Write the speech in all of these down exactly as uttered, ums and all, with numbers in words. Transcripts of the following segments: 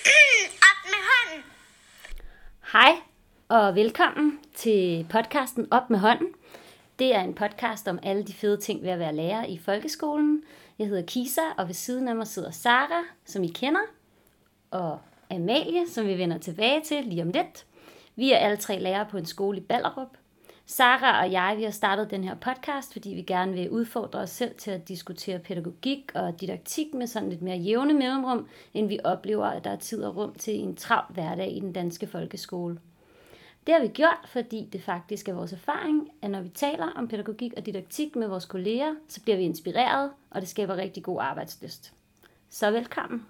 Op med hånden. Hej og velkommen til podcasten Op med hånden. Det er en podcast om alle de fede ting ved at være lærer i folkeskolen. Jeg hedder Kisa, og ved siden af mig sidder Sara, som I kender, og Amalie, som vi vender tilbage til lige om lidt. Vi er alle tre lærere på en skole i Ballerup. Sara og jeg vi har startet den her podcast, fordi vi gerne vil udfordre os selv til at diskutere pædagogik og didaktik med sådan lidt mere jævne mellemrum, end vi oplever, at der er tid og rum til en travl hverdag i den danske folkeskole. Det har vi gjort, fordi det faktisk er vores erfaring, at når vi taler om pædagogik og didaktik med vores kolleger, så bliver vi inspireret, og det skaber rigtig god arbejdslyst. Så velkommen.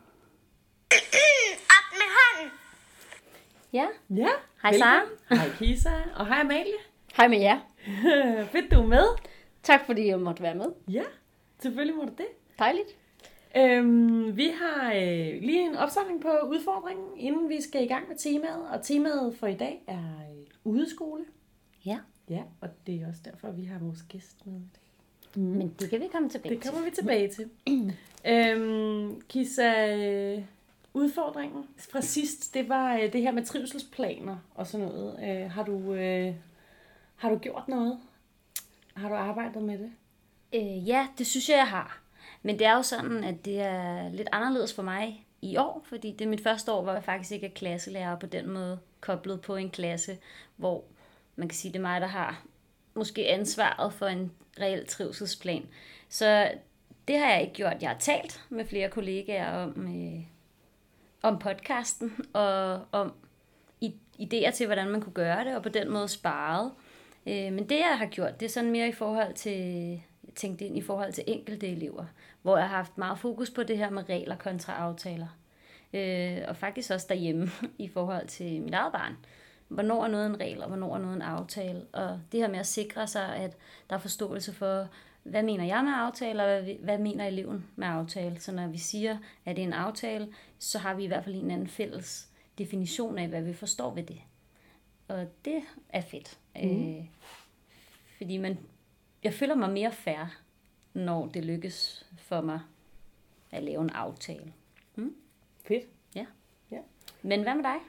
Op med hånden. Ja, Ja, hej velkommen. Sara. Hej Kisa, og hej Amalie. Hej med jer. Fedt, du er med. Tak fordi jeg måtte være med. Ja, selvfølgelig må du det. Dejligt. Øhm, vi har øh, lige en opsamling på udfordringen, inden vi skal i gang med temaet. Og temaet for i dag er øh, udeskole. Ja, Ja, og det er også derfor, vi har vores gæst med i dag. men det kan vi komme tilbage Det til. kommer vi tilbage til. øhm, Kisa, øh, udfordringen fra sidst, det var øh, det her med trivselsplaner og sådan noget. Øh, har, du, øh, har du gjort noget? Har du arbejdet med det? Øh, ja, det synes jeg, jeg har. Men det er jo sådan, at det er lidt anderledes for mig i år, fordi det er mit første år, hvor jeg faktisk ikke er klasselærer på den måde koblet på en klasse, hvor man kan sige, det er mig, der har måske ansvaret for en reel trivselsplan. Så det har jeg ikke gjort. Jeg har talt med flere kollegaer om, øh, om podcasten og om idéer til, hvordan man kunne gøre det, og på den måde sparet. Øh, men det, jeg har gjort, det er sådan mere i forhold til, tænkt ind i forhold til enkelte elever, hvor jeg har haft meget fokus på det her med regler kontra aftaler. Øh, og faktisk også derhjemme i forhold til mit eget barn. Hvornår er noget en regel, og hvornår er noget en aftale. Og det her med at sikre sig, at der er forståelse for, hvad mener jeg med aftale, og hvad, hvad mener eleven med aftale. Så når vi siger, at det er en aftale, så har vi i hvert fald en anden fælles definition af, hvad vi forstår ved det. Og det er fedt. Mm. Øh, fordi man, jeg føler mig mere fair, når det lykkes for mig at lave en aftale. Mm? Fedt. Ja. Ja. Men hvad med dig?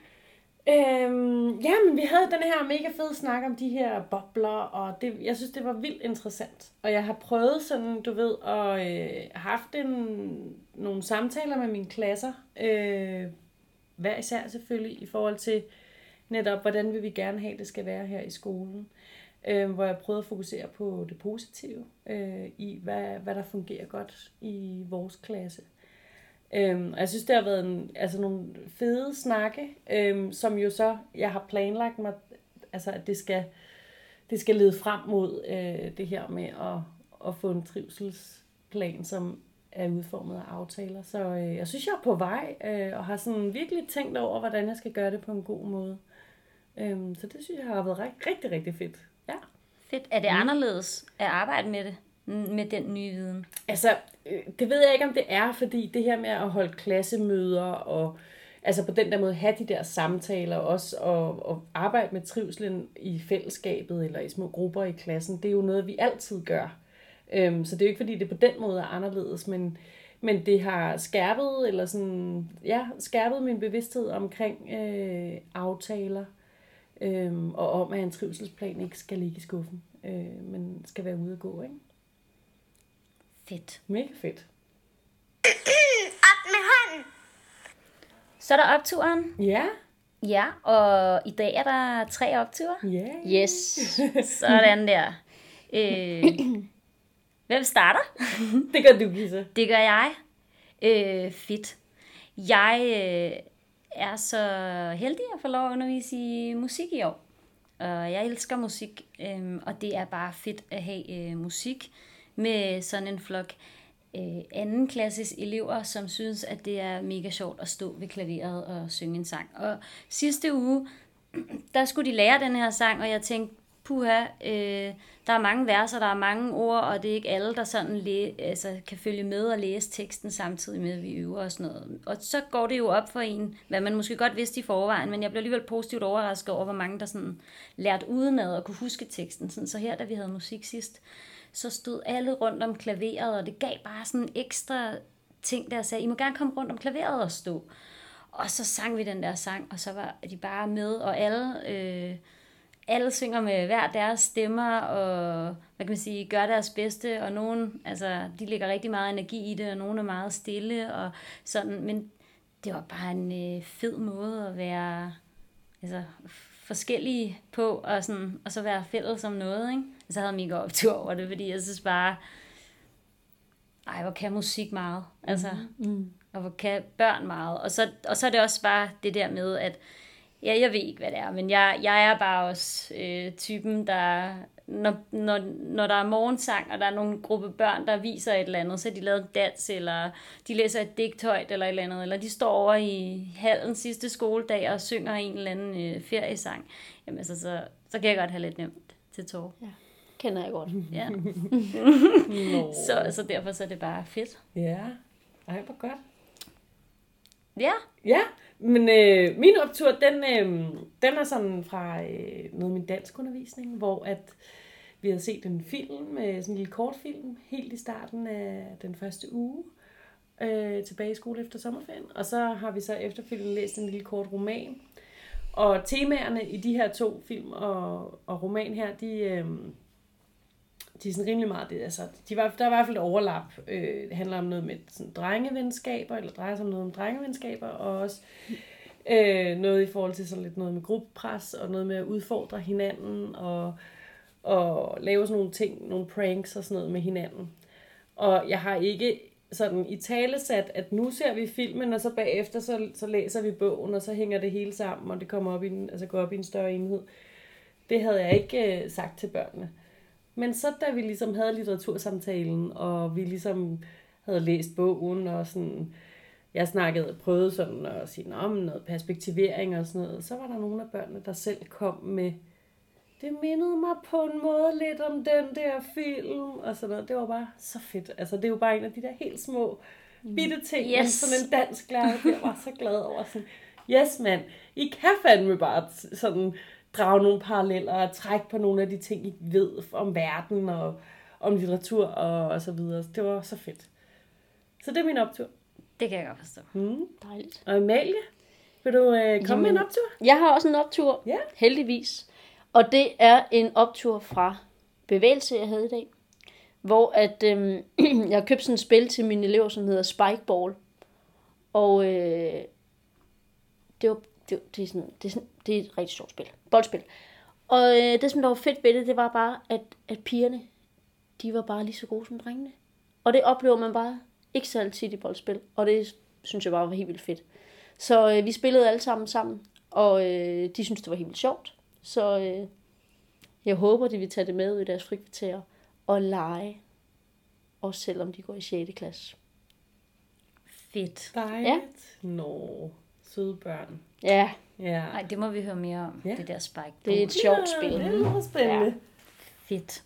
Øhm, ja, men vi havde den her mega fede snak om de her bobler, og det, jeg synes, det var vildt interessant. Og jeg har prøvet sådan, du ved, at øh, haft en, nogle samtaler med mine klasser, øh, hver især selvfølgelig, i forhold til netop, hvordan vil vi gerne have, det skal være her i skolen. Øh, hvor jeg prøvede at fokusere på det positive, øh, i hvad, hvad der fungerer godt i vores klasse. Øhm, og jeg synes, det har været en, altså nogle fede snakke, øhm, som jo så, jeg har planlagt mig, altså at det skal, det skal lede frem mod øh, det her med at, at få en trivselsplan, som er udformet af aftaler. Så øh, jeg synes, jeg er på vej, øh, og har sådan virkelig tænkt over, hvordan jeg skal gøre det på en god måde. Øhm, så det synes jeg har været rigtig, rigtig, rigtig fedt. Ja. Fedt. Er det anderledes at arbejde med det, med den nye viden? Altså, det ved jeg ikke, om det er, fordi det her med at holde klassemøder og altså på den der måde have de der samtaler også og, og arbejde med trivselen i fællesskabet eller i små grupper i klassen, det er jo noget, vi altid gør. Øhm, så det er jo ikke, fordi det på den måde er anderledes, men, men det har skærpet, eller sådan, ja, skærpet min bevidsthed omkring øh, aftaler øh, og om, at en trivselsplan ikke skal ligge i skuffen, øh, men skal være ude at gå, ikke? Fedt. Mega fedt. Op med hånden. Så er der opturen. Ja. Ja, og i dag er der tre opture. Ja. Yes. Sådan der. Øh, hvem starter? Det gør du, Kisa. Det gør jeg. Øh, fedt. Jeg øh, er så heldig at få lov at undervise i musik i år. Og jeg elsker musik, øh, og det er bare fedt at have øh, musik med sådan en flok øh, anden klasses elever, som synes, at det er mega sjovt at stå ved klaveret og synge en sang. Og sidste uge, der skulle de lære den her sang, og jeg tænkte, puha, øh, der er mange verser, der er mange ord, og det er ikke alle, der sådan læ- altså, kan følge med og læse teksten samtidig med, at vi øver og sådan noget. Og så går det jo op for en, hvad man måske godt vidste i forvejen, men jeg blev alligevel positivt overrasket over, hvor mange der sådan lærte udenad og kunne huske teksten. Sådan, så her, da vi havde musik sidst, så stod alle rundt om klaveret, og det gav bare sådan en ekstra ting, der sagde, I må gerne komme rundt om klaveret og stå. Og så sang vi den der sang, og så var de bare med, og alle, øh, alle synger med hver deres stemmer, og hvad kan man sige, gør deres bedste, og nogen, altså, de lægger rigtig meget energi i det, og nogen er meget stille, og sådan, men det var bare en øh, fed måde at være altså, forskellige på, og, sådan, og så være fælles om noget, ikke? Og så havde jeg mega optur over det, fordi jeg synes bare, ej, hvor kan musik meget, altså, mm. og hvor kan børn meget, og så, og så er det også bare det der med, at, ja, jeg ved ikke, hvad det er, men jeg, jeg er bare også øh, typen, der, når, når, når der er morgensang, og der er nogle gruppe børn, der viser et eller andet, så har de lavet en dans, eller de læser et digt højt, eller et eller andet, eller de står over i hallen sidste skoledag, og synger en eller anden øh, feriesang, jamen altså, så, så kan jeg godt have lidt nemt til tår. Ja, kender jeg godt. Ja. Nå. så, så derfor så er det bare fedt. Ja, ej, hvor godt. Ja. Ja, men øh, min optur, den, øh, den er sådan fra øh, noget af min danskundervisning, hvor at vi havde set en film, øh, sådan en lille kortfilm, helt i starten af den første uge, øh, tilbage i skole efter sommerferien. Og så har vi så efterfølgende læst en lille kort roman. Og temaerne i de her to film og, og roman her, de, øh, de er sådan rimelig meget, det, altså, de var, der er i hvert fald et overlap. Øh, det handler om noget med sådan drengevenskaber, eller drejer sig om noget om drengevenskaber, og også øh, noget i forhold til sådan lidt noget med gruppepres, og noget med at udfordre hinanden, og, og lave sådan nogle ting, nogle pranks og sådan noget med hinanden. Og jeg har ikke sådan i talesat, at nu ser vi filmen, og så bagefter, så, så læser vi bogen, og så hænger det hele sammen, og det kommer op i en, altså går op i en større enhed. Det havde jeg ikke øh, sagt til børnene. Men så da vi ligesom havde litteratursamtalen, og vi ligesom havde læst bogen, og sådan, jeg snakkede, prøvede sådan at sige om noget perspektivering og sådan noget, så var der nogle af børnene, der selv kom med, det mindede mig på en måde lidt om den der film, og sådan noget. Det var bare så fedt. Altså, det er jo bare en af de der helt små, bitte ting, Yes. men sådan en dansk lærer, jeg var så glad over sådan, yes mand, I kan fandme bare sådan drage nogle paralleller og trække på nogle af de ting, I ved om verden og om litteratur og, og så videre. Det var så fedt. Så det er min optur. Det kan jeg godt forstå. Mm. Dejligt. Og Amalie, vil du øh, komme Jamen, med en optur? Jeg har også en optur, Ja. heldigvis. Og det er en optur fra bevægelse, jeg havde i dag. Hvor at, øhm, jeg har købt sådan et spil til mine elever, som hedder Spikeball. Og øh, det, var, det, det, er sådan, det, er sådan, det er et rigtig sjovt spil. Boldspil. Og øh, det, som der var fedt ved det, det var bare, at, at pigerne, de var bare lige så gode som drengene. Og det oplever man bare ikke så altid i boldspil. Og det synes jeg bare var helt vildt fedt. Så øh, vi spillede alle sammen sammen. Og øh, de synes det var helt vildt sjovt. Så øh, jeg håber, de vil tage det med ud i deres frikvarter og lege. Også selvom de går i sjette klasse. Fedt. Dejligt. Ja. Nå, søde børn. Ja, Ja. Nej, det må vi høre mere om, Ja. det der spike. det er et sjovt Ja, spil. det er meget spændende. Ja. Fedt.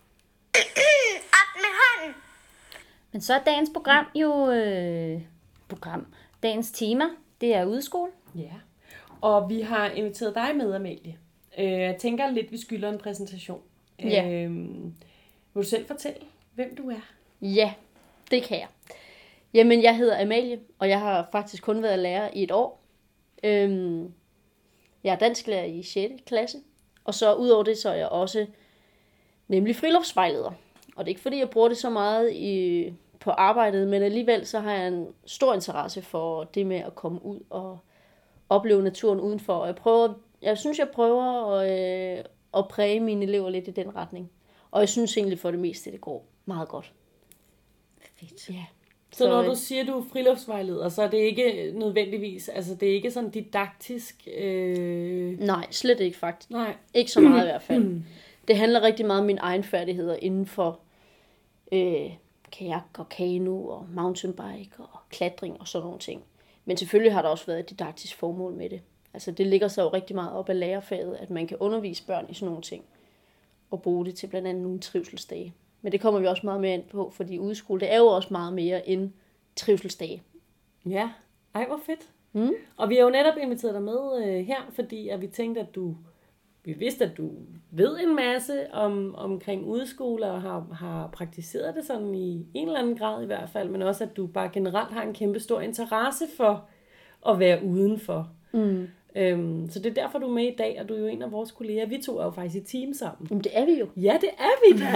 Op med hånden. Men så er dagens program jo øh, program. Dagens tema, det er udskole. Ja, og vi har inviteret dig med, Amalie. Øh, jeg tænker lidt, vi skylder en præsentation. Ja. Øh, vil du selv fortælle, hvem du er? Ja, det kan jeg. Jamen, jeg hedder Amalie, og jeg har faktisk kun været lærer i et år. Øhm, jeg er dansklærer i sjette klasse, og så udover det, så er jeg også nemlig friluftsvejleder. Og det er ikke fordi, jeg bruger det så meget i, på arbejdet, men alligevel så har jeg en stor interesse for det med at komme ud og opleve naturen udenfor. Og jeg, prøver, jeg synes, jeg prøver at, øh, at præge mine elever lidt i den retning. Og jeg synes egentlig for det meste, det går meget godt. Fedt. Ja. Så, så når du siger, du er friluftsvejleder, så er det ikke nødvendigvis, altså det er ikke sådan didaktisk... Øh... Nej, slet ikke faktisk. Nej. Ikke så meget i hvert fald. Det handler rigtig meget om mine egne færdigheder inden for øh, kajak og kano og mountainbike og klatring og sådan nogle ting. Men selvfølgelig har der også været et didaktisk formål med det. Altså det ligger så jo rigtig meget op ad lærerfaget, at man kan undervise børn i sådan nogle ting. Og bruge det til blandt andet nogle trivselsdage. Men det kommer vi også meget mere ind på, fordi udskole, det er jo også meget mere end trivselsdage. Ja, ej hvor fedt. Mm. Og vi har jo netop inviteret dig med øh, her, fordi at vi tænkte, at du, vi vidste, at du ved en masse om, omkring udskole, og har, har praktiseret det sådan i en eller anden grad i hvert fald, men også, at du bare generelt har en kæmpe stor interesse for at være udenfor. Mm. Øhm, så det er derfor, du er med i dag, og du er jo en af vores kolleger. Vi to er jo faktisk i team sammen. Jamen, det er vi jo. Ja, det er vi da.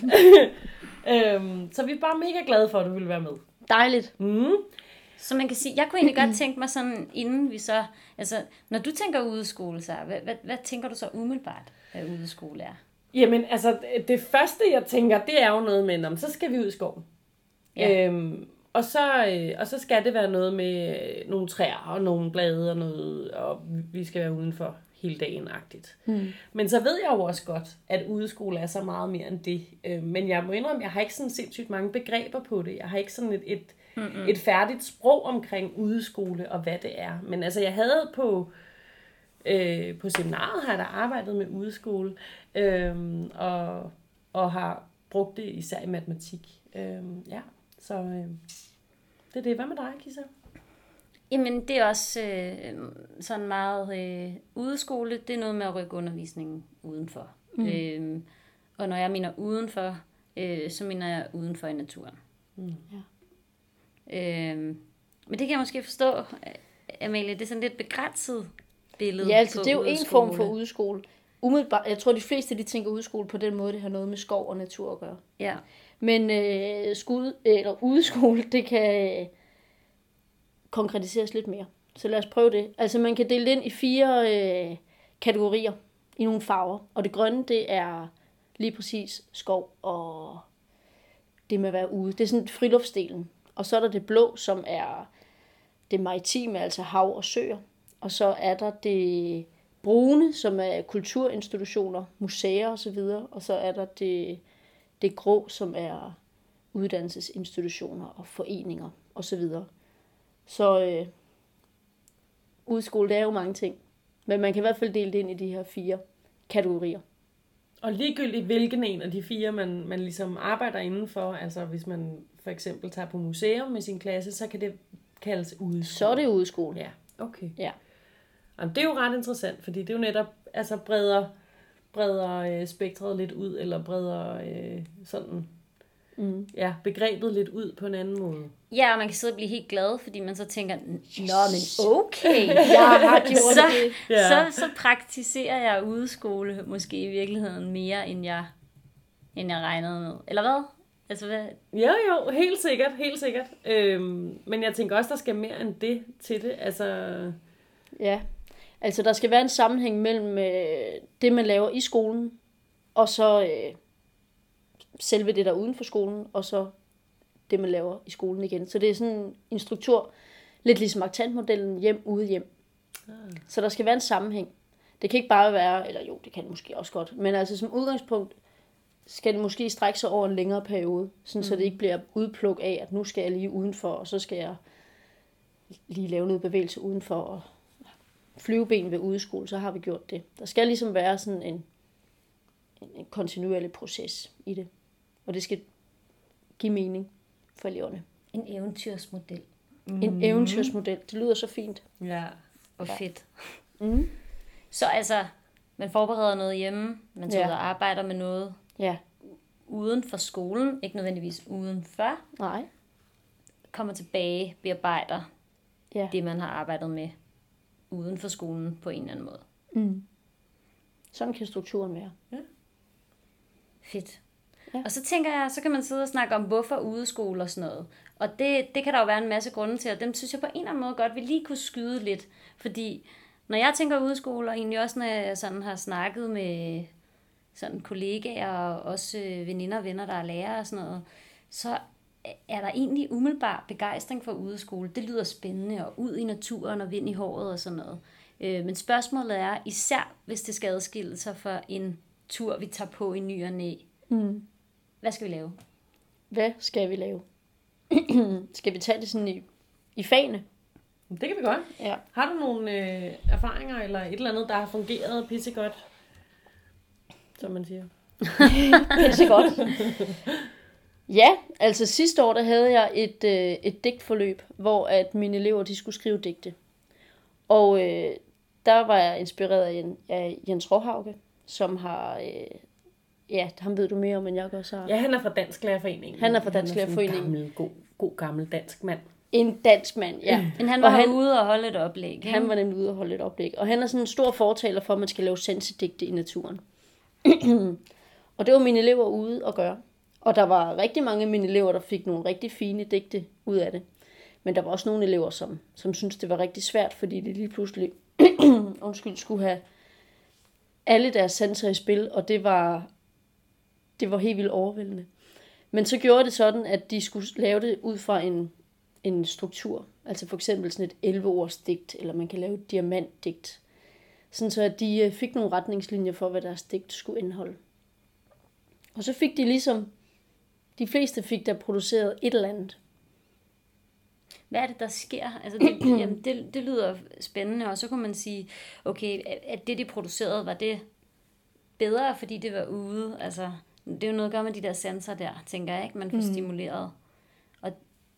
øhm, så vi er bare mega glade for, at du vil være med. Dejligt. Mm. Så man kan sige, jeg kunne egentlig godt tænke mig sådan, inden vi så, altså, når du tænker udeskole, så, hvad, hvad, hvad tænker du så umiddelbart, hvad udeskole er? Jamen, altså, det første, jeg tænker, det er jo noget med, om så skal vi ud i skoven. Ja. Øhm, og, så, øh, og så skal det være noget med øh, nogle træer og nogle blade og noget, og vi skal være udenfor hele dagen-agtigt. Mm. Men så ved jeg jo også godt, at udeskole er så meget mere end det. Øh, men jeg må indrømme, jeg har ikke sådan sindssygt mange begreber på det. Jeg har ikke sådan et, et, mm-hmm. et færdigt sprog omkring udeskole og hvad det er. Men altså, jeg havde på... Øh, på seminaret har jeg da arbejdet med udeskole, øh, og, og har brugt det især i matematik. Øh, ja, så øh, det er det. Hvad med dig, Kisa? Jamen, det er også øh, sådan meget øh, udeskole. Det er noget med at rykke undervisningen udenfor. Mm. Øh, og når jeg mener udenfor, øh, så mener jeg udenfor i naturen. Mm. Ja. Øh, men det kan jeg måske forstå, Amalie, det er sådan lidt begrænset billede. Ja, altså på det er jo udeskole. en form for udeskole. Umiddelbart, jeg tror, de fleste de tænker udeskole på den måde, det har noget med skov og natur at gøre. Ja. Men øh, skud, eller udeskole, det kan øh, konkretiseres lidt mere. Så lad os prøve det. Altså man kan dele det ind i fire øh, kategorier i nogle farver. Og det grønne, det er lige præcis skov og det med at være ude. Det er sådan friluftsdelen. Og så er der det blå, som er det maritime, altså hav og søer. Og så er der det brune, som er kulturinstitutioner, museer osv. Og så er der det, det grå, som er uddannelsesinstitutioner og foreninger osv. Så øh, udskole, det er jo mange ting. Men man kan i hvert fald dele det ind i de her fire kategorier. Og ligegyldigt hvilken en af de fire, man, man ligesom arbejder indenfor, altså hvis man for eksempel tager på museum med sin klasse, så kan det kaldes udeskole. Så er det udskole. Ja, okay. Ja. Jamen, det er jo ret interessant, fordi det er jo netop altså breder, breder øh, spektret lidt ud, eller breder øh, sådan, Mm. ja, begrebet lidt ud på en anden måde. Ja, og man kan sidde og blive helt glad, fordi man så tænker, nå, Yes. men okay, Jeg har gjort så, det. Ja. så, så praktiserer jeg udeskole måske i virkeligheden mere, end jeg, end jeg regnede med. Eller hvad? Altså, hvad? Ja, jo, helt sikkert, helt sikkert. Øhm, men jeg tænker også, der skal mere end det til det. Altså, Ja, altså der skal være en sammenhæng mellem øh, det, man laver i skolen, og så øh, selve det, der er uden for skolen, og så det, man laver i skolen igen. Så det er sådan en struktur, lidt ligesom aktantmodellen, hjem, ude, hjem. ah. Så der skal være en sammenhæng. Det kan ikke bare være, eller jo, det kan det måske også godt, men altså som udgangspunkt skal det måske strække sig over en længere periode, sådan, mm. så det ikke bliver udpluk af, at nu skal jeg lige udenfor, og så skal jeg lige lave noget bevægelse udenfor, og flyveben ved udeskole, så har vi gjort det. Der skal ligesom være sådan en, en kontinuerlig proces i det, og det skal give mening for eleverne. En eventyrsmodel. Mm. En eventyrsmodel, det lyder så fint. Ja. Og fedt. Mm. Så altså, man forbereder noget hjemme, man tager Ja. ud og arbejder med noget Ja, uden for skolen, ikke nødvendigvis udenfor, nej. kommer tilbage, bearbejder Ja. det, man har arbejdet med uden for skolen på en eller anden måde. Mm. Sådan kan strukturen være. Fedt. Ja. Og så tænker jeg, så kan man sidde og snakke om, hvorfor udeskole og sådan noget. Og det, det kan der jo være en masse grunde til, og dem synes jeg på en eller anden måde godt, vi lige kunne skyde lidt. Fordi når jeg tænker udeskole, og egentlig også når jeg sådan har snakket med sådan kollegaer, og også veninder og venner, der er lærere og sådan noget, så er der egentlig umiddelbart begejstring for udeskole. Det lyder spændende, og ud i naturen og vind i håret og sådan noget. Øh, men spørgsmålet er, især hvis det skal adskille sig for en tur, vi tager på i ny og næ. Mm. Hvad skal vi lave? Hvad skal vi lave? Skal vi tage det sådan i, i fagene? Det kan vi godt. Ja. Har du nogle øh, erfaringer, eller et eller andet, der har fungeret pissegodt, som man siger? Pisse godt. Ja, altså sidste år, der havde jeg et, øh, et digtforløb, hvor at mine elever, de skulle skrive digte. Og øh, der var jeg inspireret af, Jen, af Jens Råhauke, som har, øh, ja, ham ved du mere om, end jeg gør, så. Ja, han er fra Dansklærerforeningen. Han er fra Han er Dansklærerforeningen. sådan en gammel, god, god gammel dansk mand. En dansk mand, ja. Men han Og var han- ude og holde et oplæg, ikke? Han var nemlig ude og holde et oplæg. Og han er sådan en stor fortaler for, at man skal lave sansedigte i naturen. Og det var mine elever ude at gøre. Og der var rigtig mange af mine elever, der fik nogle rigtig fine digte ud af det. Men der var også nogle elever, som, som syntes, det var rigtig svært, fordi de lige pludselig undskyld, skulle have alle deres sanser i spil, og det var, det var helt vildt overvældende. Men så gjorde det sådan, at de skulle lave det ud fra en, en struktur. Altså for eksempel sådan et elleve-års digt, eller man kan lave et diamantdigt. Sådan så at de fik nogle retningslinjer for, hvad deres digt skulle indeholde. Og så fik de ligesom, de fleste fik der produceret et eller andet. Hvad er det, der sker? Altså, det, jamen, det, det lyder spændende, og så kunne man sige, okay, at det, de producerede, var det bedre, fordi det var ude? Altså, det er jo noget at gøre med de der sensorer der, tænker jeg, ikke? Man får mm. stimuleret. Og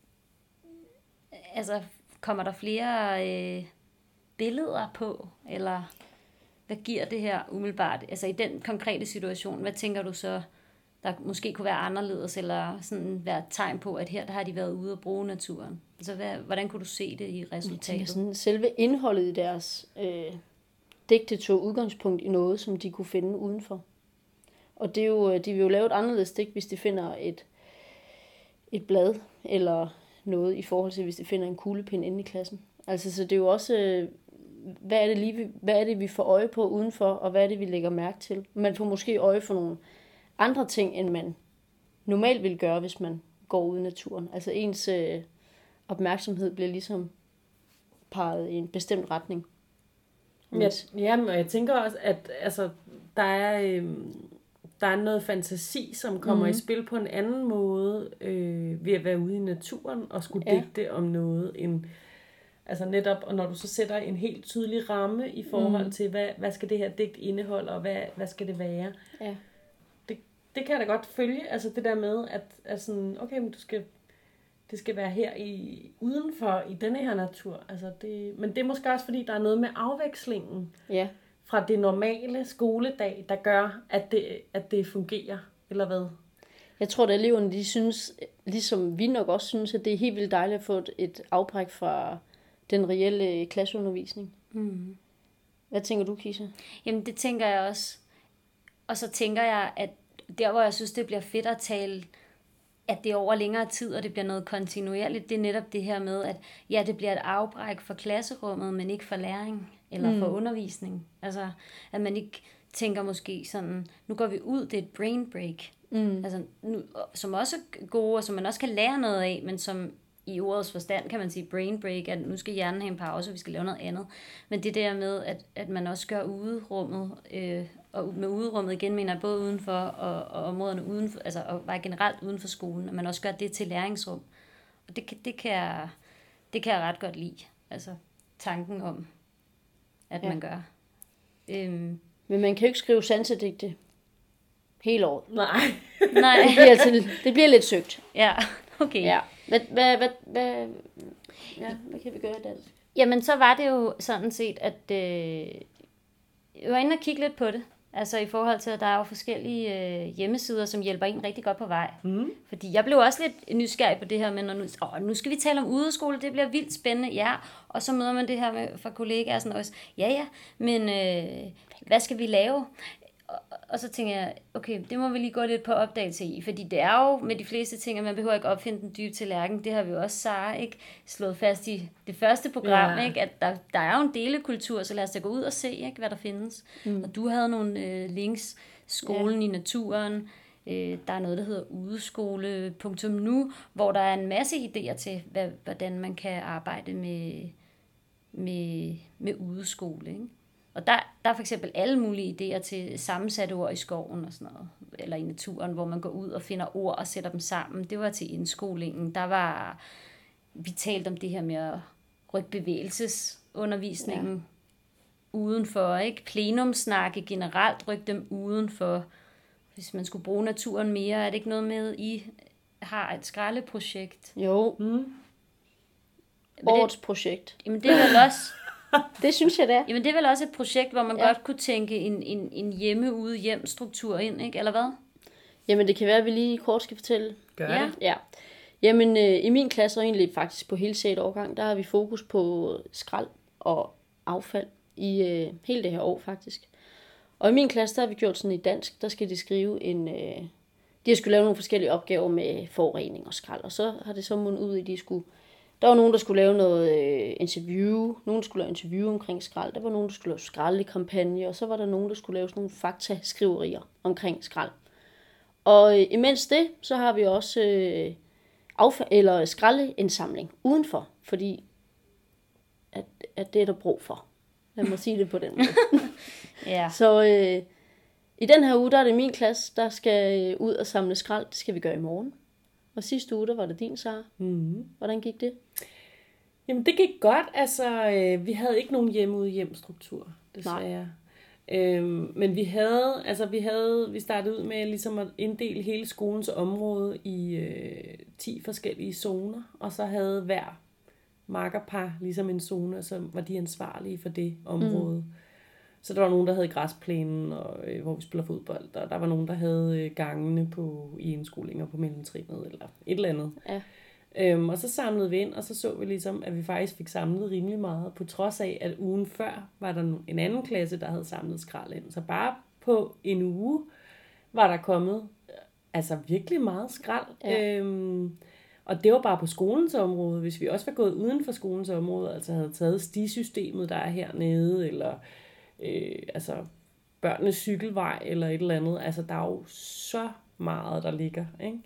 altså, kommer der flere øh, billeder på, eller hvad giver det her umiddelbart? Altså, i den konkrete situation, hvad tænker du så, der måske kunne være anderledes, eller sådan være et tegn på, at her der har de været ude og bruge naturen? Altså, hvad, hvordan kunne du se det i resultatet? Sådan, selve indholdet i deres øh, digte tog udgangspunkt i noget, som de kunne finde udenfor. Og det er jo, de vil jo lave et anderledes digt, hvis de finder et, et blad, eller noget i forhold til, hvis de finder en kuglepind inde i klassen. Altså, så det er jo også, øh, hvad er det, lige, hvad er det, vi får øje på udenfor, og hvad er det, vi lægger mærke til? Man får måske øje for nogle andre ting, end man normalt vil gøre, hvis man går ud i naturen. Altså ens øh, opmærksomhed bliver ligesom peget i en bestemt retning. Ja, jamen, og jeg tænker også, at altså, der, er, øh, der er noget fantasi, som kommer mm. i spil på en anden måde øh, ved at være ude i naturen og skulle Ja. digte om noget end altså netop, og når du så sætter en helt tydelig ramme i forhold mm. til, hvad, hvad skal det her digt indeholde, og hvad, hvad skal det være. Ja. Det, det kan jeg da godt følge, altså det der med, at, at sådan, okay, men du skal, det skal være her i, udenfor i denne her natur. Altså det, men det er måske også, fordi der er noget med afvekslingen Ja. fra det normale skoledag, der gør, at det, at det fungerer, eller hvad? Jeg tror, at eleverne, de synes, ligesom vi nok også synes, at det er helt vildt dejligt at få et, et afbræk fra den reelle klasseundervisning. Mm. Hvad tænker du, Kisha? Jamen, det tænker jeg også. Og så tænker jeg, at der, hvor jeg synes, det bliver fedt at tale, at det er over længere tid, og det bliver noget kontinuerligt, det er netop det her med, at ja, det bliver et afbræk for klasserummet, men ikke for læring, eller mm. for undervisning. Altså, at man ikke tænker måske sådan, nu går vi ud, det er et brain break. Mm. Altså, nu, som også er gode, og som man også kan lære noget af, men som i ordets forstand kan man sige brain break, at nu skal hjernen have en pause, og vi skal lave noget andet. Men det der med, at, at man også gør uderummet, øh, og med uderummet igen mener jeg både udenfor og, og områderne udenfor, altså og bare generelt uden for skolen, at man også gør det til læringsrum. Og det kan, det kan, jeg, det kan jeg ret godt lide. Altså tanken om, at ja. man gør. Øhm, Men man kan jo ikke skrive sansedigte hele året. Nej. nej. Det bliver, altså, det bliver lidt søgt. Ja, okay. Ja. Hvad, hvad, hvad, hvad, ja, hvad kan vi gøre i dansk? Jamen, så var det jo sådan set, at øh, jeg var inde og kigge lidt på det. Altså i forhold til, at der er jo forskellige øh, hjemmesider, som hjælper en rigtig godt på vej. Mm. Fordi jeg blev også lidt nysgerrig på det her med, når nu, åh, nu skal vi tale om udeskole, det bliver vildt spændende, ja. Og så møder man det her med, fra kollegaer sådan også, ja ja, men øh, hvad skal vi lave? Og, og så tænker jeg, okay, det må vi lige gå lidt på opdagelse i, fordi det er jo med de fleste ting, at man behøver ikke opfinde den dybe tallerken. Det har vi jo også, Sara, ikke slået fast i det første program, Ja. ikke? At der, der er jo en delekultur, så lad os da gå ud og se, ikke, hvad der findes. Mm. Og du havde nogle øh, links, skolen ja. i naturen, øh, der er noget, der hedder udeskole punktum nu, hvor der er en masse idéer til, hvad, hvordan man kan arbejde med, med, med udeskole, ikke? Og der, der er for eksempel alle mulige idéer til sammensatte ord i skoven og sådan noget, eller i naturen, hvor man går ud og finder ord og sætter dem sammen. Det var til indskolingen. Der var, vi talte om det her med at rykke bevægelsesundervisningen ja. udenfor, ikke? Plenumsnakke generelt, rykke dem udenfor. Hvis man skulle bruge naturen mere, er det ikke noget med, I har et skraldeprojekt? Jo. Mm. Årets det, projekt. Jamen det er vel også... Det synes jeg, det er. Jamen det er vel også et projekt, hvor man ja. godt kunne tænke en, en, en hjemme-ude-hjem-struktur ind, ikke? Eller hvad? Jamen det kan være, at vi lige kort skal fortælle. Gør ja. det. Ja. Jamen, øh, i min klasse, og egentlig faktisk på hele sjette årgang, der har vi fokus på skrald og affald i øh, hele det her år faktisk. Og i min klasse, der har vi gjort sådan i dansk, der skal de skrive en... Øh, de har skulle lave nogle forskellige opgaver med forurening og skrald, og så har det så mundet ud i, at de skulle... Der var nogen, der skulle lave noget øh, interview, nogen, der skulle lave interview omkring skrald, der var nogen, der skulle lave skraldekampagne, og så var der nogen, der skulle lave sådan nogle faktaskriverier omkring skrald. Og øh, imens det, så har vi også øh, affald, eller skraldeindsamling udenfor, fordi at, at det er der brug for. Lad mig sige det på den måde. Ja. Så øh, i den her uge, der er det min klasse, der skal ud og samle skrald. Det skal vi gøre i morgen. Og sidste uge, der var det din, Sara. Mm-hmm. Hvordan gik det? Jamen, det gik godt. Altså, øh, vi havde ikke nogen hjemme-ude-hjem-struktur, desværre. Øhm, men vi havde, altså vi havde, vi startede ud med ligesom at inddele hele skolens område i øh, ti forskellige zoner, og så havde hver makkerpar ligesom en zone, og så var de ansvarlige for det område. Mm. Så der var nogen, der havde græsplænen, og, øh, hvor vi spiller fodbold, og der var nogen, der havde øh, gangene på, i indskolinger på mellemtrinnet, eller et eller andet. Ja. Øhm, og så samlede vi ind, og så så vi ligesom, at vi faktisk fik samlet rimelig meget, på trods af, at ugen før var der en anden klasse, der havde samlet skrald ind. Så bare på en uge var der kommet altså virkelig meget skrald. Ja. Øhm, og det var bare på skolens område. Hvis vi også var gået uden for skolens område, altså havde taget stisystemet, der er hernede, eller øh, altså børnenes cykelvej, eller et eller andet. Altså der er jo så meget, der ligger, ikke?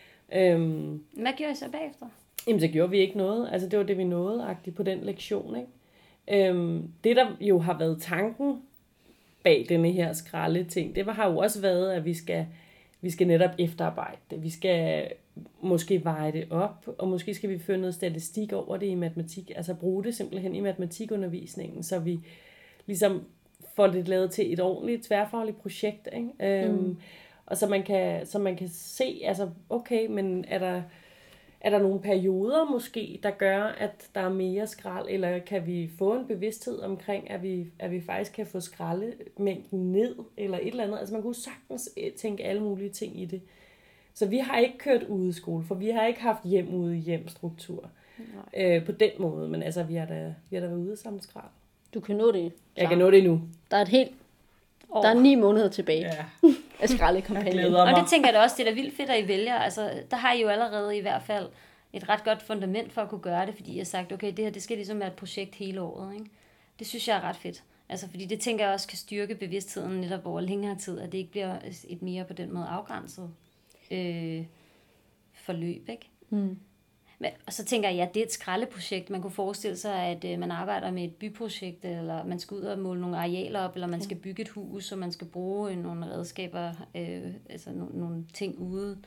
Øhm, Hvad gjorde I så bagefter? Jamen, så gjorde vi ikke noget. Altså, det var det, vi nåede-agtigt på den lektion, ikke? Øhm, det, der jo har været tanken bag denne her skralde ting, det har jo også været, at vi skal, vi skal netop efterarbejde det. Vi skal måske veje det op, og måske skal vi føre noget statistik over det i matematik. Altså bruge det simpelthen i matematikundervisningen, så vi ligesom får det lavet til et ordentligt tværfagligt projekt, ikke? Øhm, mm. Og så man kan, så man kan se, altså okay, men er der, er der nogle perioder måske, der gør, at der er mere skrald, eller kan vi få en bevidsthed omkring, at vi, at vi faktisk kan få skraldemængden ned, eller et eller andet. Altså man kunne sagtens tænke alle mulige ting i det. Så vi har ikke kørt ude i skole, for vi har ikke haft hjem ude hjem struktur øh, på den måde, men altså vi har da, vi har da været ude og samle skrald. Du kan nå det. Jeg kan nå det nu. Der er et helt... Oh. Der er ni måneder tilbage Ja. af skraldekampagnen. Og det tænker jeg da også, det er da vildt fedt, at I vælger. Altså, der har I jo allerede i hvert fald et ret godt fundament for at kunne gøre det, fordi I har sagt, okay, det her det skal ligesom være et projekt hele året. Ikke? Det synes jeg er ret fedt. Altså, fordi det tænker jeg også kan styrke bevidstheden netop over længere tid, at det ikke bliver et mere på den måde afgrænset øh, forløb. Ikke? Mm. Men, og så tænker jeg, ja, det er et skraldeprojekt. Man kunne forestille sig, at øh, man arbejder med et byprojekt, eller man skal ud og måle nogle arealer op, eller man skal bygge et hus, og man skal bruge øh, nogle redskaber, øh, altså no- nogle ting ude,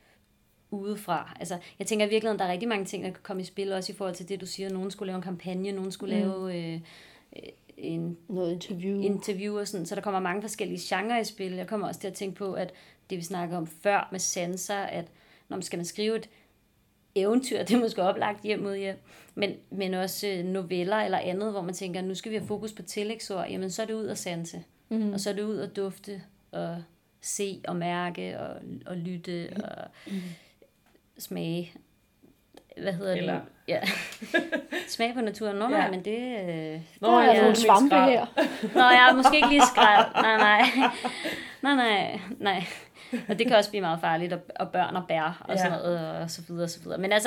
udefra. Altså, jeg tænker virkelig, at der er rigtig mange ting, der kan komme i spil, også i forhold til det, du siger. Nogen skulle lave en kampagne, nogen skulle mm. lave øh, en noget interview. interview og sådan. Så der kommer mange forskellige genrer i spil. Jeg kommer også til at tænke på, at det vi snakker om før med sanser, at når man skal man skrive et eventyr, det er måske oplagt hjem mod hjem, men, men også noveller eller andet, hvor man tænker, nu skal vi have fokus på tillægsord, jamen så er det ud at sanse, mm. og så er det ud at dufte, og se og mærke, og, og lytte, og mm. smage, hvad hedder eller... det? Ja. Smage på naturen. Nå, ja. nej, men det... Øh, Nå, der er nogle svampe her. Nå, jeg er måske ikke lige skrald. Nej, nej. Nej, nej, nej. Og det kan også blive meget farligt, og, og børn og bær, og ja. sådan noget, og så videre, og så videre. Men altså,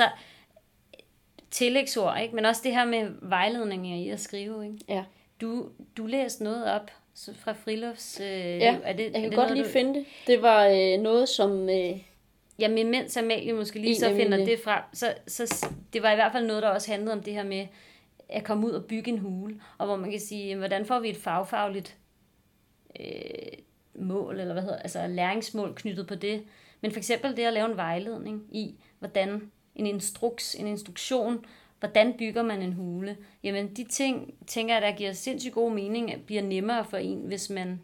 tillægsord, ikke? Men også det her med vejledning i at skrive, ikke? Ja. Du, du læste noget op fra frilufts... Øh, ja, er det, jeg kan er det godt lige du... finde det. Det var øh, noget, som... Øh... Jamen, mens Amalie måske lige så finder det frem, så, så det var i hvert fald noget, der også handlede om det her med at komme ud og bygge en hule, og hvor man kan sige, hvordan får vi et fagfagligt øh, mål, eller hvad hedder, altså læringsmål knyttet på det. Men for eksempel det at lave en vejledning i, hvordan en instruks, en instruktion, hvordan bygger man en hule. Jamen, de ting, tænker jeg, der giver sindssygt god mening, at bliver nemmere for en, hvis man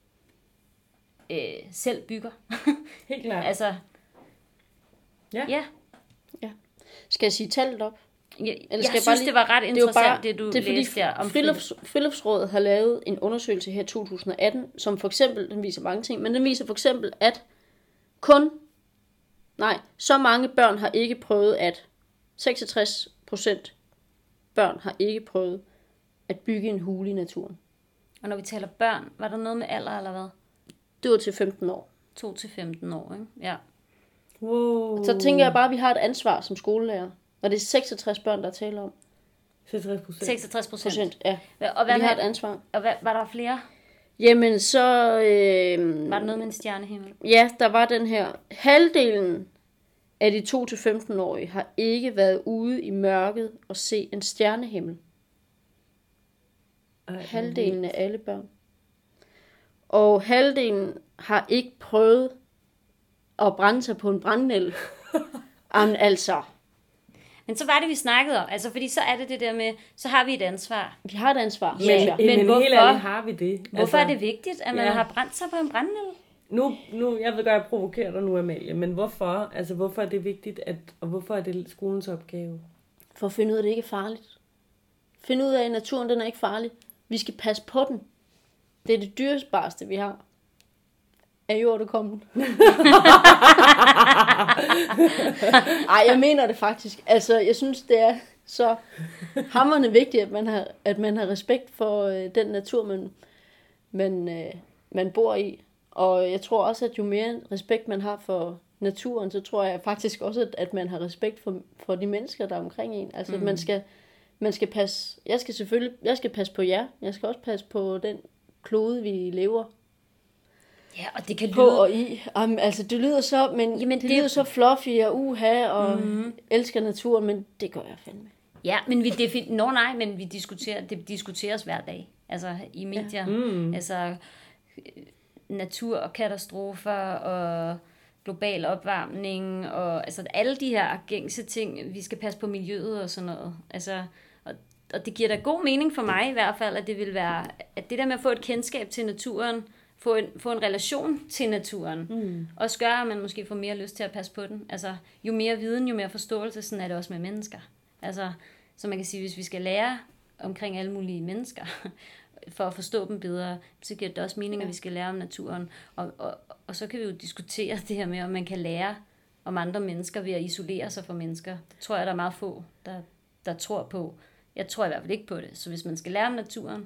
øh, selv bygger. Helt klart. Altså, ja. ja. ja. Skal jeg sige tallet op? Jeg, jeg, jeg synes, lige... det var ret interessant, det, bare, det du det læste der om Frilufts, Friluftsrådet har lavet en undersøgelse her i to tusind atten, som for eksempel, den viser mange ting, men den viser for eksempel, at kun Nej, så mange børn har ikke prøvet at... seksogtres procent børn har ikke prøvet at bygge en hule i naturen. Og når vi taler børn, var der noget med alder eller hvad? Det var til femten år. to til femten år, ikke? Ja. Wow. Så tænker jeg bare, at vi har et ansvar som skolelærer. Og det er seksogtres børn, der taler om. seksogtres procent. seksogtres procent. Procent, ja. Og hvad Vi har et med, ansvar. og hvad, var der flere? Jamen, så... Øh, Var der noget med en stjernehimmel? ja, der var den her. Halvdelen af de to til femten-årige har ikke været ude i mørket og se en stjernehimmel. Ej, Halvdelen af alle børn. Og halvdelen har ikke prøvet at brænde sig på en brændenælde. Jamen altså, Men så var det, vi snakkede om. Altså, fordi så er det det der med, så har vi et ansvar. vi har et ansvar. Ja, synes jeg. Men, men helt hvorfor? ærligt har vi det. Hvorfor altså, er det vigtigt, at man ja. har brændt sig på en brændenælde? Nu, nu, jeg ved godt, jeg provokerer dig nu, Amalie, men hvorfor? Altså, hvorfor er det vigtigt, at, og hvorfor er det skolens opgave? For at finde ud af, at det ikke er farligt. Finde ud af, at naturen den er ikke farlig. Vi skal passe på den. Det er det dyresbareste, vi har. Er jordkommen. Ej, jeg mener det faktisk. Altså, jeg synes, det er så hamrende vigtigt, at man har, at man har respekt for øh, den natur, man, man, øh, man bor i. Og jeg tror også, at jo mere respekt man har for naturen, så tror jeg faktisk også, at, at man har respekt for, for de mennesker, der er omkring en. Altså, mm. man skal, man skal passe, jeg skal selvfølgelig, jeg skal passe på jer. Jeg skal også passe på den klode, vi lever Ja, og det kan på lyde... og i. Um, altså, det lyder så, men Jamen, det, det- det lyder så fluffy og uha og mm-hmm. elsker naturen, men det gør jeg fandme. Ja, men vi defin... Nå nej, men vi diskuterer, det diskuteres hver dag. Altså i medier. Ja. Mm. Altså øh, naturkatastrofer og global opvarmning og altså alle de her gængse ting. Vi skal passe på miljøet og sådan noget. Altså, og, og det giver da god mening for mig i hvert fald, at det vil være, at det der med at få et kendskab til naturen, få en, få en relation til naturen, mm. også gør, at man måske får mere lyst til at passe på den. Altså, jo mere viden, jo mere forståelse, sådan er det også med mennesker. Altså, så man kan sige, hvis vi skal lære omkring alle mulige mennesker, for at forstå dem bedre, så giver det også mening, at vi skal lære om naturen. Og, og, og så kan vi jo diskutere det her med, om man kan lære om andre mennesker ved at isolere sig fra mennesker. Det tror jeg, der er meget få, der, der tror på. Jeg tror i hvert fald ikke på det. Så hvis man skal lære om naturen,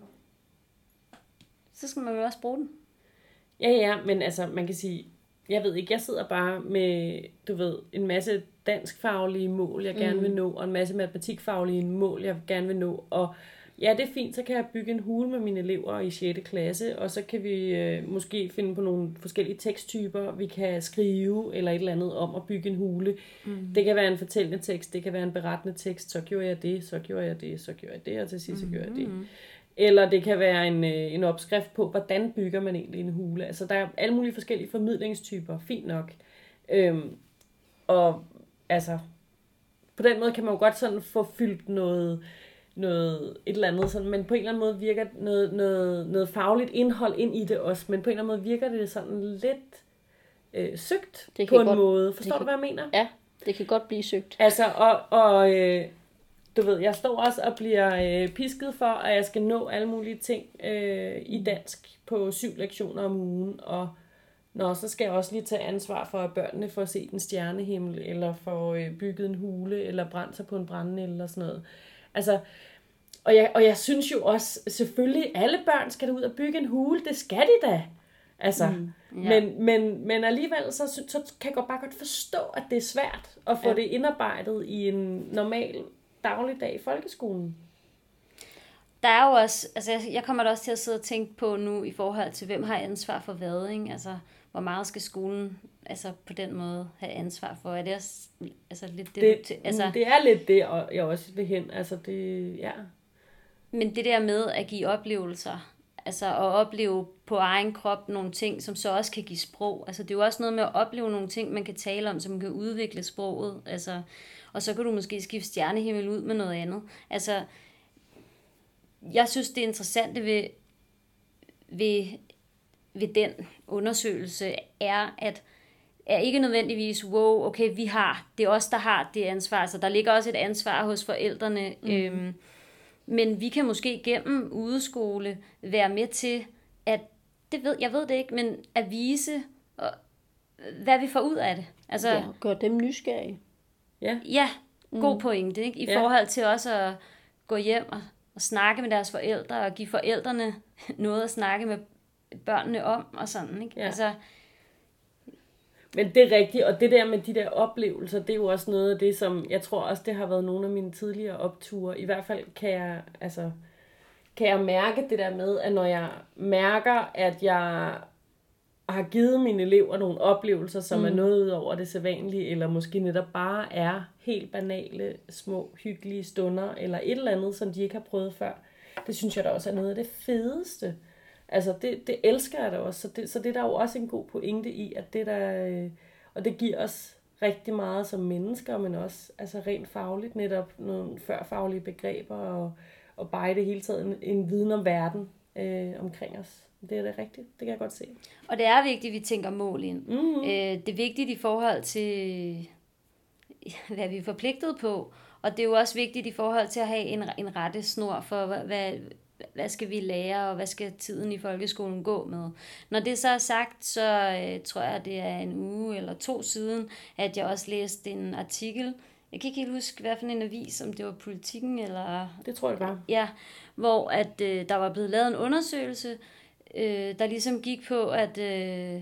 så skal man jo også bruge den. Ja, ja, men altså, man kan sige, jeg ved ikke, jeg sidder bare med, du ved, en masse danskfaglige mål, jeg gerne vil nå, og en masse matematikfaglige mål, jeg gerne vil nå, og ja, det er fint, så kan jeg bygge en hule med mine elever i sjette klasse, og så kan vi øh, måske finde på nogle forskellige teksttyper, vi kan skrive, eller et eller andet om at bygge en hule. Mm. Det kan være en fortællende tekst, det kan være en berettende tekst, så gjorde jeg det, så gjorde jeg det, så gjorde jeg det, og til sidst så gjorde jeg det. Eller det kan være en, øh, en opskrift på, hvordan bygger man egentlig en hule. Altså, der er alle mulige forskellige formidlingstyper, fint nok. Øhm, og altså, på den måde kan man jo godt sådan få fyldt noget, noget et eller andet, sådan, men på en eller anden måde virker noget, noget, noget fagligt indhold ind i det også, men på en eller anden måde virker det sådan lidt øh, søgt Det på kan en godt- måde. Forstår det du, kan- hvad jeg mener? Ja, det kan godt blive søgt. Altså, og, og øh, du ved, jeg står også og bliver øh, pisket for, at jeg skal nå alle mulige ting øh, i dansk på syv lektioner om ugen, og nå, så skal jeg også lige tage ansvar for, at børnene får set en stjernehimmel, eller får øh, bygget en hule, eller brændt sig på en brændende, eller sådan noget. Altså, og jeg, og jeg synes jo også, selvfølgelig, alle børn skal da ud og bygge en hule, det skal de da. Altså, mm, ja. men, men, men alligevel, så, så kan jeg godt bare godt forstå, at det er svært at få Ja. det indarbejdet i en normal dagligdag i folkeskolen. Der er jo også, altså jeg- jeg kommer da også til at sidde og tænke på nu i forhold til, hvem har ansvar for hvad, ikke? Altså, hvor meget skal skolen altså på den måde have ansvar for? Er det også altså, lidt det, Det, du til, altså, det er lidt det, og jeg også vil hen. Altså, det, ja. men det der med at give oplevelser, altså at opleve på egen krop nogle ting, som så også kan give sprog. Altså det er jo også noget med at opleve nogle ting, man kan tale om, som kan udvikle sproget. Altså, og så kan du måske skifte stjernehimmel ud med noget andet. Altså, jeg synes, det interessante ved, ved, ved den undersøgelse er, at er ikke nødvendigvis, wow, okay, vi har, det er os, der har det ansvar. Så der ligger også et ansvar hos forældrene. Mm. Øhm, men vi kan måske gennem udeskole være med til, at, det ved, jeg ved det ikke, men at vise, hvad vi får ud af det. Altså, Ja, gør dem nysgerrige. Ja. ja, god pointe, ikke? I Ja. forhold til også at gå hjem og, og snakke med deres forældre, og give forældrene noget at snakke med børnene om, og sådan, ikke? Ja. Altså, Men det er rigtigt, og det der med de der oplevelser, det er jo også noget af det, som jeg tror også, det har været nogle af mine tidligere opture. I hvert fald kan jeg, altså, kan jeg mærke det der med, at når jeg mærker, at jeg har givet mine elever nogle oplevelser, som mm. er noget ud over det sædvanlige, eller måske netop bare er helt banale, små, hyggelige stunder, eller et eller andet, som de ikke har prøvet før. Det synes jeg da også er noget af det fedeste. Altså, det, det elsker jeg da også. Så det, så det er der jo også en god pointe i, at det der, øh, og det giver os rigtig meget som mennesker, men også altså rent fagligt, netop nogle førfaglige begreber, og, og bare i det hele taget en, en viden om verden øh, omkring os. Det er det rigtigt, det kan jeg godt se. og det er vigtigt, at vi tænker mål ind. Mm-hmm. Øh, det er vigtigt i forhold til, hvad vi er forpligtet på, og det er jo også vigtigt i forhold til at have en, en rette snor for, hvad, hvad, hvad skal vi lære, og hvad skal tiden i folkeskolen gå med. Når det så er sagt, så øh, tror jeg, det er en uge eller to siden, at jeg også læste en artikel. Jeg kan ikke helt huske, hvad for en avis, om det var Politikken eller... Det tror jeg bare. Ja, hvor at øh, der var blevet lavet en undersøgelse, øh, der ligesom gik på, at... Øh,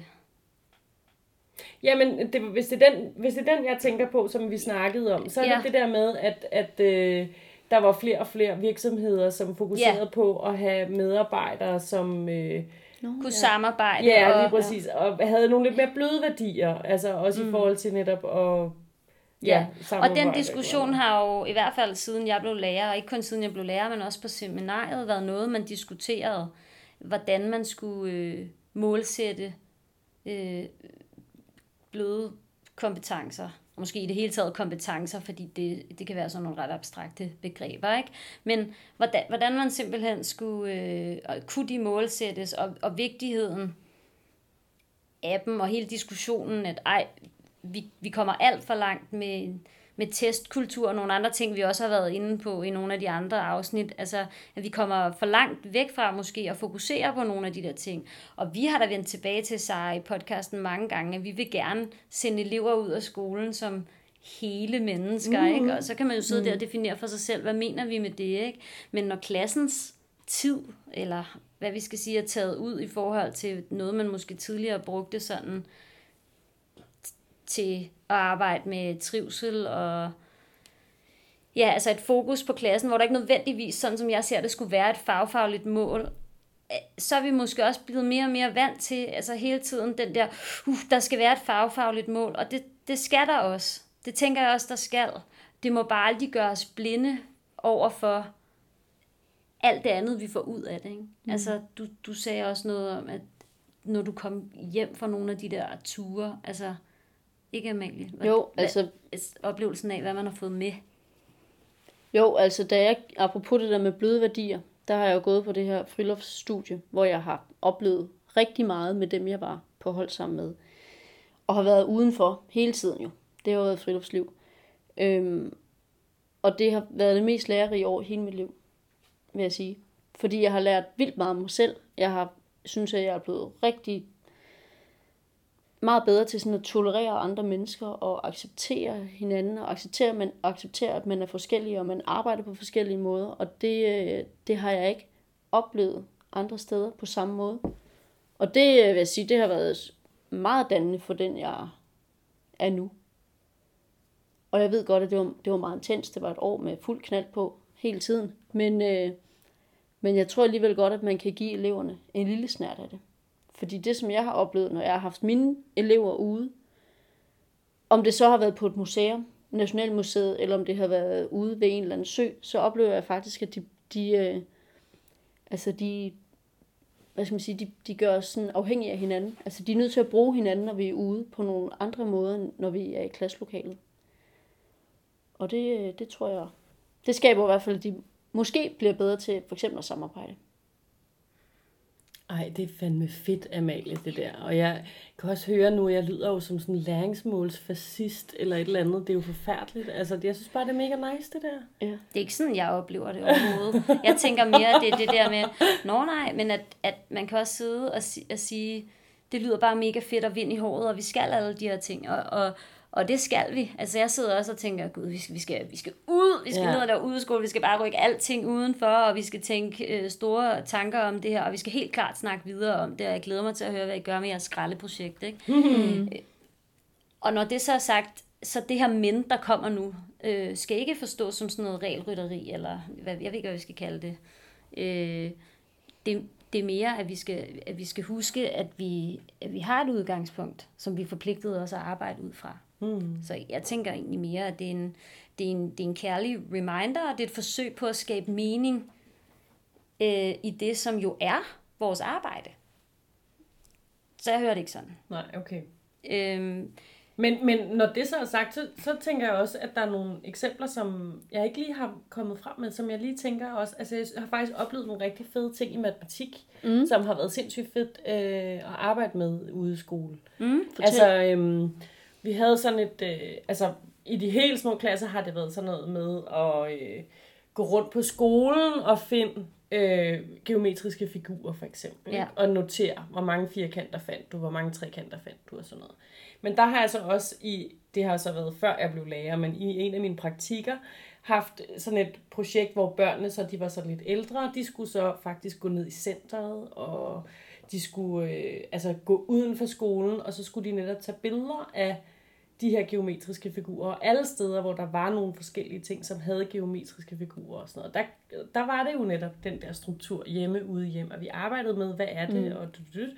Jamen, det, hvis, det er den, hvis det er den, jeg tænker på, som vi snakkede om, så er Ja. det det der med, at, at øh, der var flere og flere virksomheder, som fokuserede Ja. på at have medarbejdere, som... Øh, kunne ja. samarbejde. Ja, og, lige præcis. Og havde nogle lidt mere bløde værdier. Altså også mm. i forhold til netop at... Ja, Ja, og den diskussion har jo i hvert fald siden jeg blev lærer, og ikke kun siden jeg blev lærer, men også på seminariet, været noget, man diskuterede, hvordan man skulle øh, målsætte øh, bløde kompetencer. Måske i det hele taget kompetencer, fordi det, det kan være sådan nogle ret abstrakte begreber, ikke? Men hvordan, hvordan man simpelthen skulle øh, kunne de målsættes, og, og vigtigheden af dem, og hele diskussionen, at ej, vi, vi kommer alt for langt med, med testkultur og nogle andre ting, vi også har været inde på i nogle af de andre afsnit. Altså, at vi kommer for langt væk fra måske at fokusere på nogle af de der ting. Og vi har da vendt tilbage til sig i podcasten mange gange, at vi vil gerne sende elever ud af skolen som hele mennesker, mm. ikke? Og så kan man jo sidde mm. der og definere for sig selv, hvad mener vi med det, ikke? Men når klassens tid, eller hvad vi skal sige, er taget ud i forhold til noget, man måske tidligere brugte sådan til at arbejde med trivsel og ja, altså et fokus på klassen, hvor der ikke nødvendigvis, sådan som jeg ser det, skulle være et fagfagligt mål, så er vi måske også blevet mere og mere vant til, altså hele tiden den der, uh, der skal være et fagfagligt mål, og det, det skal der også. Det tænker jeg også, der skal. Det må bare aldrig gøre os blinde over for alt det andet, vi får ud af det. Ikke? Mm. Altså, du, du sagde også noget om, at når du kom hjem fra nogle af de der ture, altså, ikke Amalie, hvad, Jo, altså... hvad, oplevelsen af, hvad man har fået med. Jo, altså da jeg, apropos det der med bløde værdier, der har jeg jo gået på det her friluftsstudie, hvor jeg har oplevet rigtig meget med dem, jeg var på hold sammen med. Og har været udenfor hele tiden jo. Det har jo været friluftsliv. Øhm, og det har været det mest lærerige år i hele mit liv, vil jeg sige. Fordi jeg har lært vildt meget om mig selv. Jeg har, synes, at jeg er blevet rigtig meget bedre til sådan at tolerere andre mennesker og acceptere hinanden og acceptere, man, acceptere, at man er forskellig og man arbejder på forskellige måder. Og det, det har jeg ikke oplevet andre steder på samme måde. Og det vil jeg sige, det har været meget dannende for den, jeg er nu. Og jeg ved godt, at det var, det var meget intens. Det var et år med fuld knald på hele tiden. Men, øh, men jeg tror alligevel godt, at man kan give eleverne en lille snert af det. Fordi det, som jeg har oplevet, når jeg har haft mine elever ude, om det så har været på et museum, Nationalmuseet, eller om det har været ude ved en eller anden sø, så oplever jeg faktisk, at de, de, øh, altså de, hvad skal man sige, de, de gør os sådan afhængige af hinanden. Altså de er nødt til at bruge hinanden, når vi er ude på nogle andre måder, end når vi er i klasselokalet. Og det, det tror jeg, det skaber i hvert fald, at de måske bliver bedre til for eksempel at samarbejde. Ej, det er fandme fedt, Amalie, det der. Og jeg kan også høre nu, at jeg lyder jo som sådan en læringsmålsfascist eller et eller andet. Det er jo forfærdeligt. Altså, jeg synes bare, det er mega nice, det der. Ja. Det er ikke sådan, jeg oplever det overhovedet. Jeg tænker mere, at det er det der med, nå nej, men at, at man kan også sidde og, si- og sige, det lyder bare mega fedt at vinde i håret, og vi skal alle de her ting. Og, og, Og det skal vi. Altså jeg sidder også og tænker, gud, vi skal, vi skal, vi skal ud, vi skal ja. ned og lave udeskole, vi skal bare rykke alting udenfor, og vi skal tænke øh, store tanker om det her, og vi skal helt klart snakke videre om det, og jeg glæder mig til at høre, hvad I gør med jeres skraldeprojekt. Ikke? Mm-hmm. Og når det så er sagt, så det her men, der kommer nu, øh, skal ikke forstås som sådan noget regelrytteri, eller hvad, jeg ved ikke, hvad vi skal kalde det. Øh, det Det er mere, at vi skal, at vi skal huske, at vi, at vi har et udgangspunkt, som vi forpligtede os at arbejde ud fra. Mm. Så jeg tænker egentlig mere, at det er, en, det, er en, det er en kærlig reminder, og det er et forsøg på at skabe mening øh, i det, som jo er vores arbejde. Så jeg hører det ikke sådan. Nej, okay. Øhm, Men, men når det så er sagt, så, så tænker jeg også, at der er nogle eksempler, som jeg ikke lige har kommet frem med, som jeg lige tænker også, altså jeg har faktisk oplevet nogle rigtig fede ting i matematik, mm. som har været sindssygt fedt øh, at arbejde med ude i skole. mm, altså, øhm, vi havde sådan et, øh, altså i de helt små klasser har det været sådan noget med at øh, gå rundt på skolen og finde øh, geometriske figurer for eksempel, ja. og notere, hvor mange firkanter fandt du, hvor mange trekanter fandt du og sådan noget. Men der har jeg så også i, det har så været før jeg blev lærer, men i en af mine praktikker, haft sådan et projekt, hvor børnene, så de var så lidt ældre, de skulle så faktisk gå ned i centret, og de skulle øh, altså gå uden for skolen, og så skulle de netop tage billeder af de her geometriske figurer, og alle steder, hvor der var nogle forskellige ting, som havde geometriske figurer og sådan noget. Der, der var det jo netop den der struktur hjemme, ude, hjem, og vi arbejdede med, hvad er det, mm. og,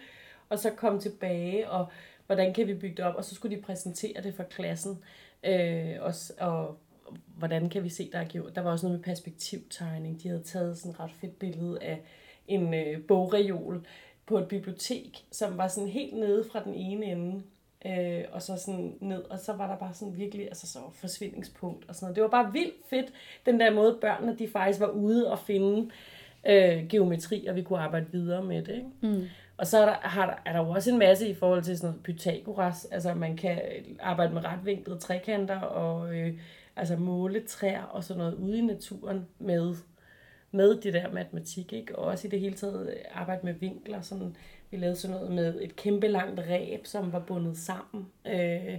og så kom tilbage, og hvordan kan vi bygge det op, og så skulle de præsentere det for klassen, øh, og, og hvordan kan vi se, der er gjort. Der var også noget med perspektivtegning. De havde taget sådan et ret fedt billede af en øh, bogreol på et bibliotek, som var sådan helt nede fra den ene ende, øh, og så sådan ned, og så var der bare sådan virkelig, altså så forsvindingspunkt og sådan noget. Det var bare vildt fedt, den der måde børnene, de faktisk var ude og finde øh, geometri, og vi kunne arbejde videre med det, ikke? Mm. Og så er der, har der, er der jo også en masse i forhold til sådan noget Pythagoras. Altså man kan arbejde med retvinklede trekanter og øh, altså måle træer og sådan noget ude i naturen med, med det der matematik, ikke? Og også i det hele taget arbejde med vinkler. Sådan, vi lavede sådan noget med et kæmpe langt reb, som var bundet sammen. Øh,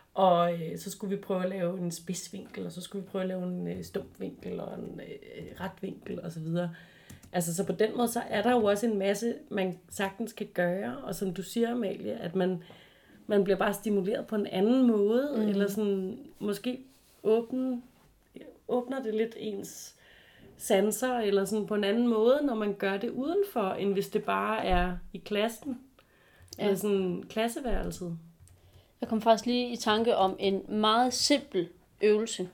og øh, så skulle vi prøve at lave en spidsvinkel, og så skulle vi prøve at lave en øh, stumpvinkel og en øh, retvinkel og så videre. Altså, så på den måde, så er der jo også en masse, man sagtens kan gøre, og som du siger, Amalie, at man, man bliver bare stimuleret på en anden måde, mm. eller sådan, måske åbne, åbner det lidt ens sanser, eller sådan på en anden måde, når man gør det udenfor, end hvis det bare er i klassen, ja. Eller sådan klasseværelset. Jeg kom faktisk lige i tanke om en meget simpel øvelse,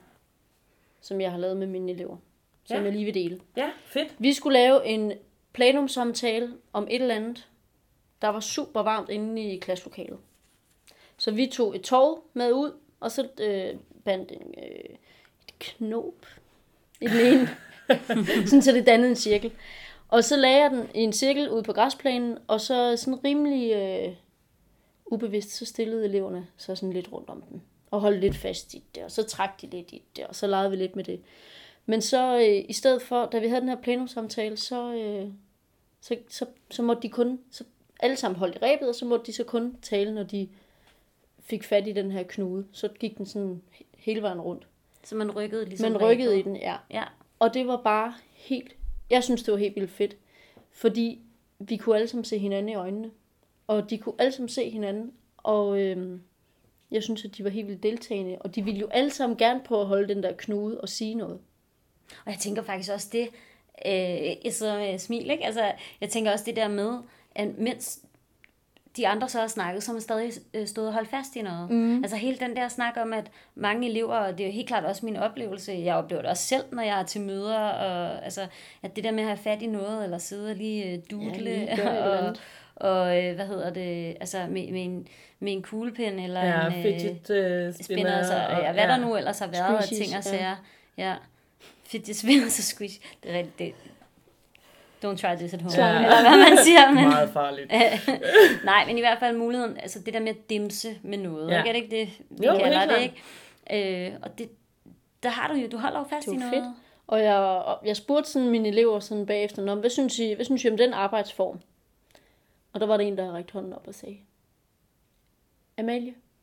som jeg har lavet med mine elever. Som ja. jeg lige vil dele. Ja, fedt. Vi skulle lave en plenumsamtale om et eller andet, der var super varmt inde i klasselokalet. Så vi tog et tov med ud, og så øh, bandt en, øh, et knop i den ene, sådan så det dannede en cirkel. Og så lagde jeg den i en cirkel ude på græsplænen, og så sådan rimelig øh, ubevidst, så stillede eleverne så sådan lidt rundt om den, og holdt lidt fast i det, og så trak de lidt i det, og så legede vi lidt med det. Men så øh, i stedet for, da vi havde den her plenumsamtale, så, øh, så, så, så måtte de kun, så alle sammen holdt i rebet, og så måtte de så kun tale, når de fik fat i den her knude. Så gik den sådan hele vejen rundt. Så man rykkede ligesom Man rykkede rebet. i den, ja. ja. Og det var bare helt, jeg synes det var helt vildt fedt, fordi vi kunne alle sammen se hinanden i øjnene. Og de kunne alle sammen se hinanden, og øh, jeg synes, at de var helt vildt deltagende, og de ville jo alle sammen gerne på at holde den der knude og sige noget. Og jeg tænker faktisk også det, øh, så smil, ikke? Altså, jeg tænker også det der med, at mens de andre så har snakket, så har man stadig stået og holdt fast i noget. Mm. Altså hele den der snak om, at mange elever, og det er jo helt klart også min oplevelse, jeg oplever det også selv, når jeg er til møder, og altså, at det der med at have fat i noget, eller sidde og lige dudle, ja, lige og, og øh, hvad hedder det, altså med, med, en, med en kuglepen, eller ja, en fidget uh, spinner, spinner, altså, ja, hvad ja. der nu ellers har været af ting og sager. Ja. Fidget spinner, så squish. Det er rigtigt. Det. Don't try this at home. Ja. Eller hvad man siger. Men, meget farligt. nej, men i hvert fald muligheden, altså det der med at dimse med noget. Ja. Ikke? Er det ikke det, vi jo, kalder det, ikke? Øh, og det, der har du jo, du holder jo fast i noget. Fedt. Og jeg, og jeg spurgte sådan mine elever sådan bagefter, hvad synes I, hvad synes I om den arbejdsform? Og der var der en, der rækte hånden op og sagde, Amalie,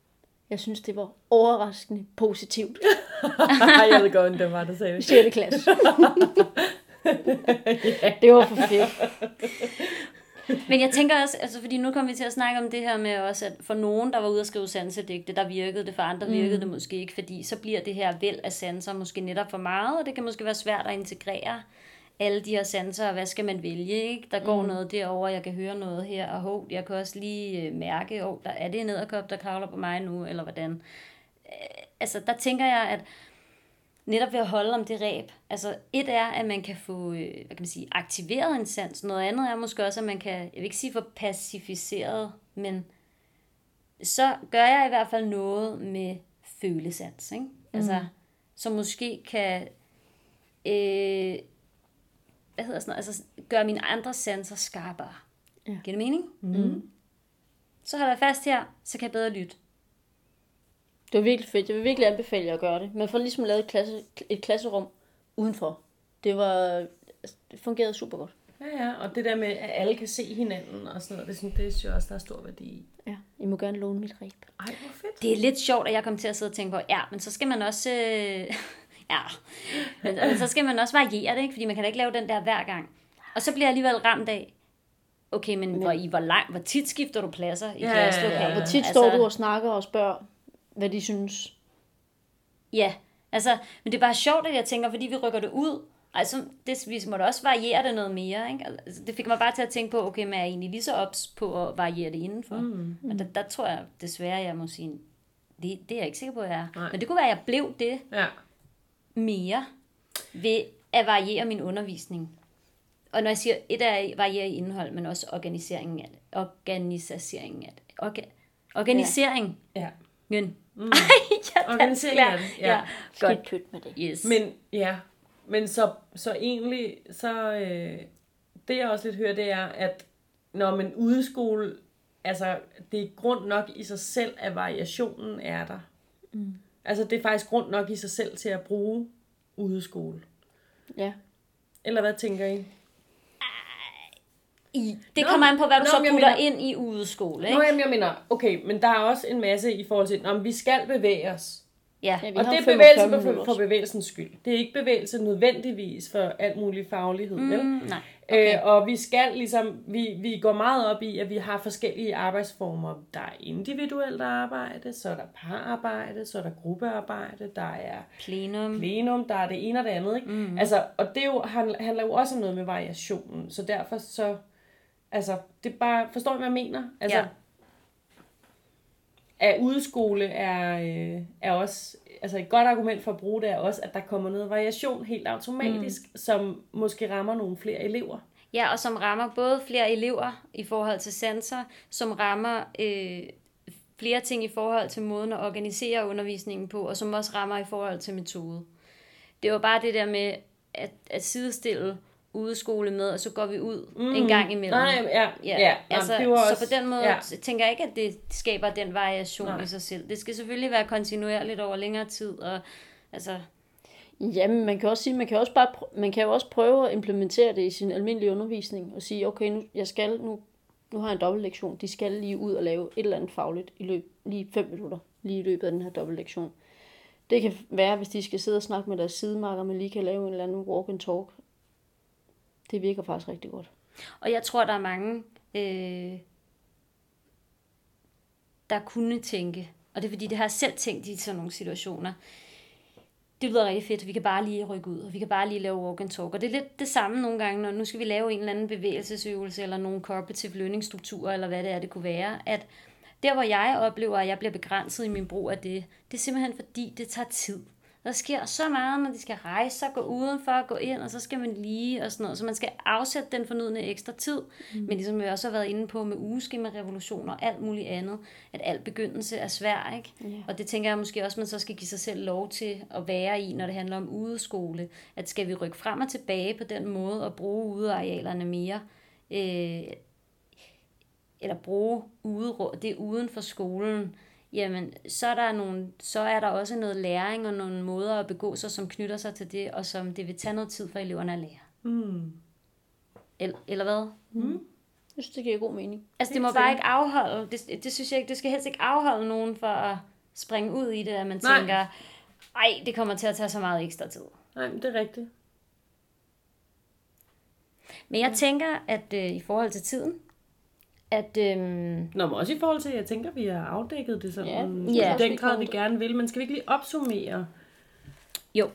Jeg synes, det var overraskende positivt. Jeg ved godt, det var det, sagde sjette klasse. Det var for fedt. Men jeg tænker også, altså fordi nu kommer vi til at snakke om det her med også, at for nogen, der var ude at skrive sansedigte, der virkede det, for andre virkede mm. det måske ikke, fordi så bliver det her væld af sanser måske netop for meget, og det kan måske være svært at integrere alle de her sanser, og hvad skal man vælge, ikke? Der går mm. noget derover, jeg kan høre noget her, og hov, jeg kan også lige mærke, oh, der er det en edderkop, der kravler på mig nu, eller hvordan. Altså, der tænker jeg, at netop ved at holde om det ræb, altså et er, at man kan få, hvad kan man sige, aktiveret en sans, noget andet er måske også, at man kan, jeg vil ikke sige for pacificeret, men så gør jeg i hvert fald noget med følesans, ikke? Altså, mm. som måske kan, øh, hvad hedder sådan noget, altså gøre mine andre sanser skarpere. Ja. Giver det mening? Mm. Så holder jeg fast her, så kan jeg bedre lytte. Det var virkelig fedt. Jeg vil virkelig anbefale jer at gøre det. Man får ligesom lavet et, klasse, et klasserum udenfor. Det var, det fungerede super godt. Ja, ja, og det der med, at alle kan se hinanden og sådan noget, det, synes, det synes jeg også, der er stor værdi i. Ja, I må gerne låne mit reb. Ej, hvor fedt. Det er lidt sjovt, at jeg kom til at sidde og tænke på, ja, men så skal man også, øh, ja, men, men så skal man også variere det, ikke? Fordi man kan da ikke lave den der hver gang. Og så bliver jeg alligevel ramt af, okay, men hvor, I, hvor, lang, hvor tit skifter du pladser i ja, klasselokalet? Ja, ja. Hvor tit altså, står du og snakker og spørger, hvad de synes? Ja, altså, men det er bare sjovt, at jeg tænker, fordi vi rykker det ud, altså, det, vi må da også variere det noget mere, ikke? Altså, det fik mig bare til at tænke på, okay, men er jeg egentlig lige så ops på at variere det indenfor? Mm, mm. Og der, der tror jeg desværre, jeg må sige, det, det er jeg ikke sikker på, at jeg er. Nej. Men det kunne være, at jeg blev det ja. mere ved at variere min undervisning. Og når jeg siger, et er at variere i indhold, men også organiseringen af det. Organiseringen af det. Orga, organisering. Ja. ja. Men. Mm. Ej, ja, organisering af det. Ja. ja. Godt pyt med det. Yes. Men ja, men så, så egentlig, så øh, det jeg også lidt hører, det er, at når man udeskole, altså det er grund nok i sig selv, at variationen er der. Mm. Altså det er faktisk grund nok i sig selv til at bruge udeskole. Ja. Eller hvad tænker I? I. Det Nå, kommer an på, hvad du Nå, så putter mener, ind i udeskole, ikke? Nå, jamen, jeg mener, okay, men der er også en masse i forhold til, om vi skal bevæge os. Ja, ja og det er bevægelse for, for bevægelsens skyld. Det er ikke bevægelse nødvendigvis for alt mulig faglighed, mm, vel? Nej. Okay. Øh, og vi skal ligesom, vi, vi går meget op i, at vi har forskellige arbejdsformer. Der er individuelt arbejde, så er der pararbejde, så er der gruppearbejde, der er plenum, plenum der er det ene og det andet, ikke? Mm. Altså, og det jo, handler jo også om noget med variationen, så derfor så, altså, det er bare, forstår I, hvad jeg mener? Altså, ja. At udeskole er, øh, er også, altså et godt argument for at bruge det er også, at der kommer noget variation helt automatisk, mm. som måske rammer nogle flere elever. Ja, og som rammer både flere elever i forhold til sanser, som rammer øh, flere ting i forhold til måden at organisere undervisningen på, og som også rammer i forhold til metode. Det var bare det der med at, at sidestille udeskole med, og så går vi ud mm. en gang imellem. Nej, ja, ja. ja. Altså, Jamen, også, så på den måde ja. tænker jeg ikke, at det skaber den variation Nej. i sig selv. Det skal selvfølgelig være kontinuerligt over længere tid, og altså... Jamen, man kan også sige, man kan også bare, man kan jo også prøve at implementere det i sin almindelige undervisning, og sige, okay, nu, jeg skal, nu, nu har jeg en dobbeltlektion, de skal lige ud og lave et eller andet fagligt i løb, lige fem minutter, lige i løbet af den her dobbeltlektion. Det kan være, hvis de skal sidde og snakke med deres sidemarker, men lige kan lave en eller anden walk and talk. Det virker faktisk rigtig godt. Og jeg tror, der er mange, øh, der kunne tænke, og det er fordi, det har jeg selv tænkt i sådan nogle situationer, det lyder rigtig fedt, vi kan bare lige rykke ud, og vi kan bare lige lave walk and talk. Og det er lidt det samme nogle gange, når nu skal vi lave en eller anden bevægelsesøvelse, eller nogle cooperative learning strukturer, eller hvad det er, det kunne være, at der, hvor jeg oplever, at jeg bliver begrænset i min brug af det, det er simpelthen fordi, det tager tid. Der sker så meget, når de skal rejse sig, gå udenfor, gå ind, og så skal man lige og sådan noget. Så man skal afsætte den fornødne ekstra tid. Mm. Men ligesom vi også har været inde på med ugeskema-revolutioner og alt muligt andet, at al begyndelse er svær, ikke? Yeah. Og det tænker jeg måske også, man så skal give sig selv lov til at være i, når det handler om udeskole. At skal vi rykke frem og tilbage på den måde og bruge udearealerne mere, øh, eller bruge ude, det uden for skolen, jamen, så er, der nogle, så er der også noget læring og nogle måder at begå sig, som knytter sig til det, og som det vil tage noget tid for eleverne at lære. Mm. Eller, eller hvad? Mm. Jeg synes, det giver god mening. Altså, det må bare ikke afholde, det, det synes jeg ikke, det skal helst ikke afholde nogen for at springe ud i det, at man Nej. tænker, ej, det kommer til at tage så meget ekstra tid. Nej, men det er rigtigt. Men jeg tænker, at øh, i forhold til tiden, at øhm, Nå, men også i forhold til, at jeg tænker, at vi har afdækket det sådan, Ja, ja, ja. i den grad, vi gerne vil. Men skal vi ikke lige opsummere? jo,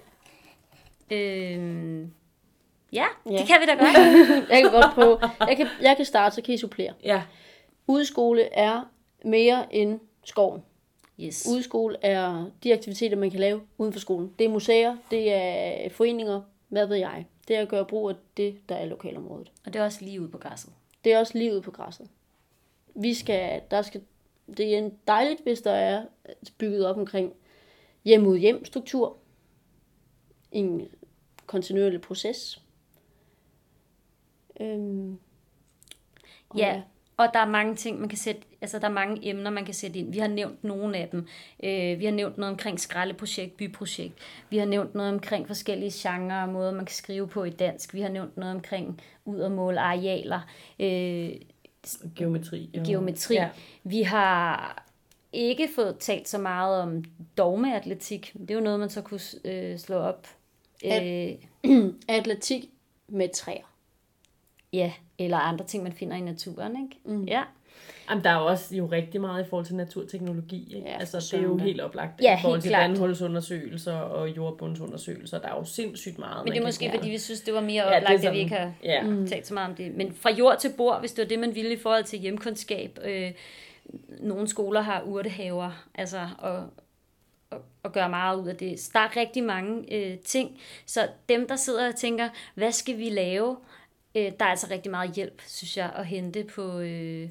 øhm, ja, Ja. det kan vi da godt. Jeg kan godt prøve. Jeg kan, jeg kan starte, så kan I supplere. Ja, Udeskole er mere end skoven. Yes. Udeskole er de aktiviteter, man kan lave uden for skolen. Det er museer, det er foreninger, hvad ved jeg. Det er at gøre brug af det, der er i lokalområdet. Og det er også lige ude på græsset. Det er også livet på græsset. Vi skal, der skal, det er dejligt, hvis der er bygget op omkring hjem ud hjem struktur. En kontinuerlig proces. Øhm, og Ja, og der er mange ting, man kan sætte, altså der er mange emner, man kan sætte ind. Vi har nævnt nogle af dem. Øh, vi har nævnt noget omkring skraldeprojekt, byprojekt. Vi har nævnt noget omkring forskellige genrer og måder, man kan skrive på i dansk. Vi har nævnt noget omkring ud- og måle arealer, øh, geometri. Jo. geometri. Ja. Vi har ikke fået talt så meget om dogmeatletik. Det er jo noget, man så kunne øh, slå op. At- Øh, Atletik med træer. ja, eller andre ting, man finder i naturen, ikke? Mm. Ja. Jamen, der er jo også jo rigtig meget i forhold til naturteknologi. Ikke? Ja, altså, for det er jo søren da. helt oplagt Ja, i forhold helt til klart. vandhulsundersøgelser og jordbundsundersøgelser. Der er jo sindssygt meget. Men det er man måske, kan- fordi vi synes, det var mere Ja, det er oplagt, at sådan. vi ikke har Ja. mm. talt så meget om det. Men fra jord til bord, hvis det var det, man ville i forhold til hjemkundskab. Øh, nogle skoler har urtehaver, altså, og, og, og gør meget ud af det. Så der er rigtig mange øh, ting. Så dem, der sidder og tænker, hvad skal vi lave? Øh, der er altså rigtig meget hjælp, synes jeg, at hente på øh,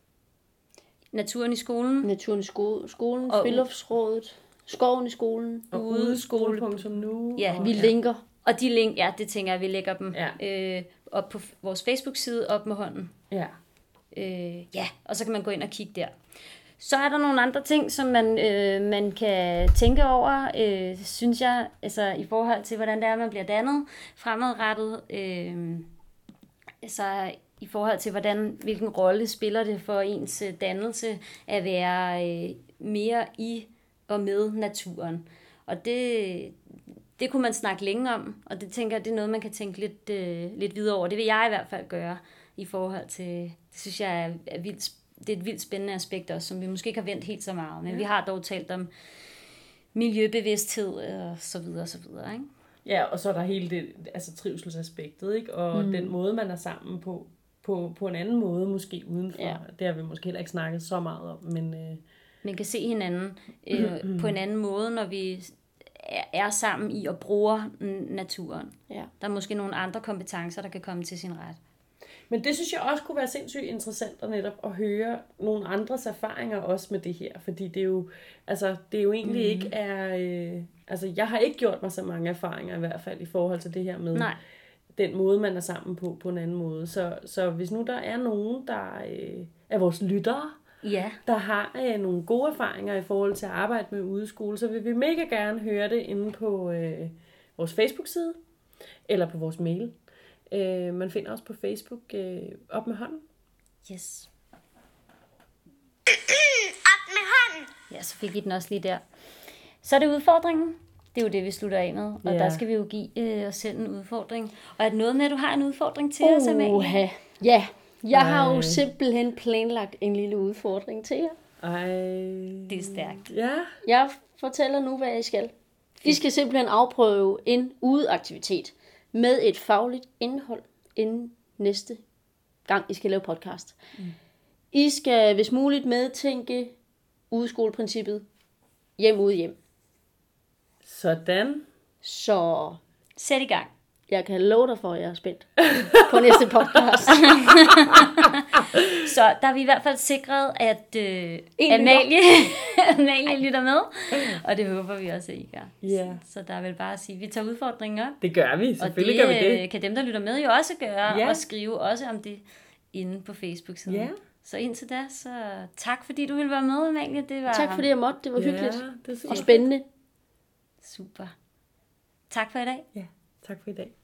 naturen i skolen. Naturen i sko- skolen, Og- friluftsrådet, skoven i skolen. Og ude udeskole punktum nu. Ja, og, Vi linker. Og de link, ja, det tænker jeg, vi lægger dem Ja. øh, op på f- vores Facebook-side, op med hånden. Ja. Øh, ja, og så kan man gå ind og kigge der. Så er der nogle andre ting, som man, øh, man kan tænke over, øh, synes jeg, altså i forhold til, hvordan det er, man bliver dannet fremadrettet. Øh, altså i forhold til, hvordan, hvilken rolle spiller det for ens øh, dannelse at være øh, mere i og med naturen. Og det, det kunne man snakke længe om, og det tænker jeg, det er noget, man kan tænke lidt, øh, lidt videre over. Det vil jeg i hvert fald gøre i forhold til, det synes jeg er, er vildt, det er et vildt spændende aspekt også, som vi måske ikke har vendt helt så meget, men ja. Vi har dog talt om miljøbevidsthed og så videre og så videre, ikke? Ja, og så er der hele det, altså trivselsaspektet, ikke? Og mm. den måde, man er sammen på, på, på en anden måde, måske udenfor. Ja. Det har vi måske heller ikke snakket så meget om, men... Øh, Man kan se hinanden øh, på en anden måde, når vi er, er sammen i og bruger n- naturen. Ja. Der er måske nogle andre kompetencer, der kan komme til sin ret. Men det synes jeg også kunne være sindssygt interessant at netop at høre nogle andres erfaringer også med det her, fordi det er jo, altså, det er jo egentlig mm. ikke er, øh, altså jeg har ikke gjort mig så mange erfaringer i hvert fald i forhold til det her med Nej. den måde, man er sammen på, på en anden måde. Så, så hvis nu der er nogen, der øh, er vores lyttere, Ja, der har øh, nogle gode erfaringer i forhold til at arbejde med udeskole, så vil vi mega gerne høre det inde på øh, vores Facebook-side, eller på vores mail. Øh, man finder os på Facebook øh, op med hånden. yes. Op med hånden. Ja, så fik I den også lige der. Så er det udfordringen. Det er jo det, vi slutter af med. Og Ja. der skal vi jo give øh, os selv en udfordring. Og er det noget med, at du har en udfordring til os, Amalie? Uha. Ja, jeg har Ej. jo simpelthen planlagt en lille udfordring til jer. Ej. Det er stærkt. Ja. Jeg fortæller nu, hvad I skal. I skal simpelthen afprøve en udeaktivitet med et fagligt indhold inden næste gang, I skal lave podcast. Mm. I skal, hvis muligt, medtænke udeskoleprincippet hjem ud hjem. Sådan. Så Sæt i gang. jeg kan love dig for, at jeg er spændt på næste podcast. Så der er vi i hvert fald sikret, at øh, En Amalie, Amalie lytter med. Og det håber vi også, at I gør. Ja. Så der er vel bare at sige, at vi tager udfordringen op. Det gør vi. Og Selvfølgelig det, gør vi det. øh, kan dem, der lytter med, jo også gøre. Ja. Og skrive også om det inde på Facebook-siden. Ja. Så indtil da, så tak fordi du ville være med, Amalie. Det var Tak fordi jeg måtte. Det var hyggeligt Ja, det er og super. spændende. super. Tak for i dag. Ja, tak for i dag.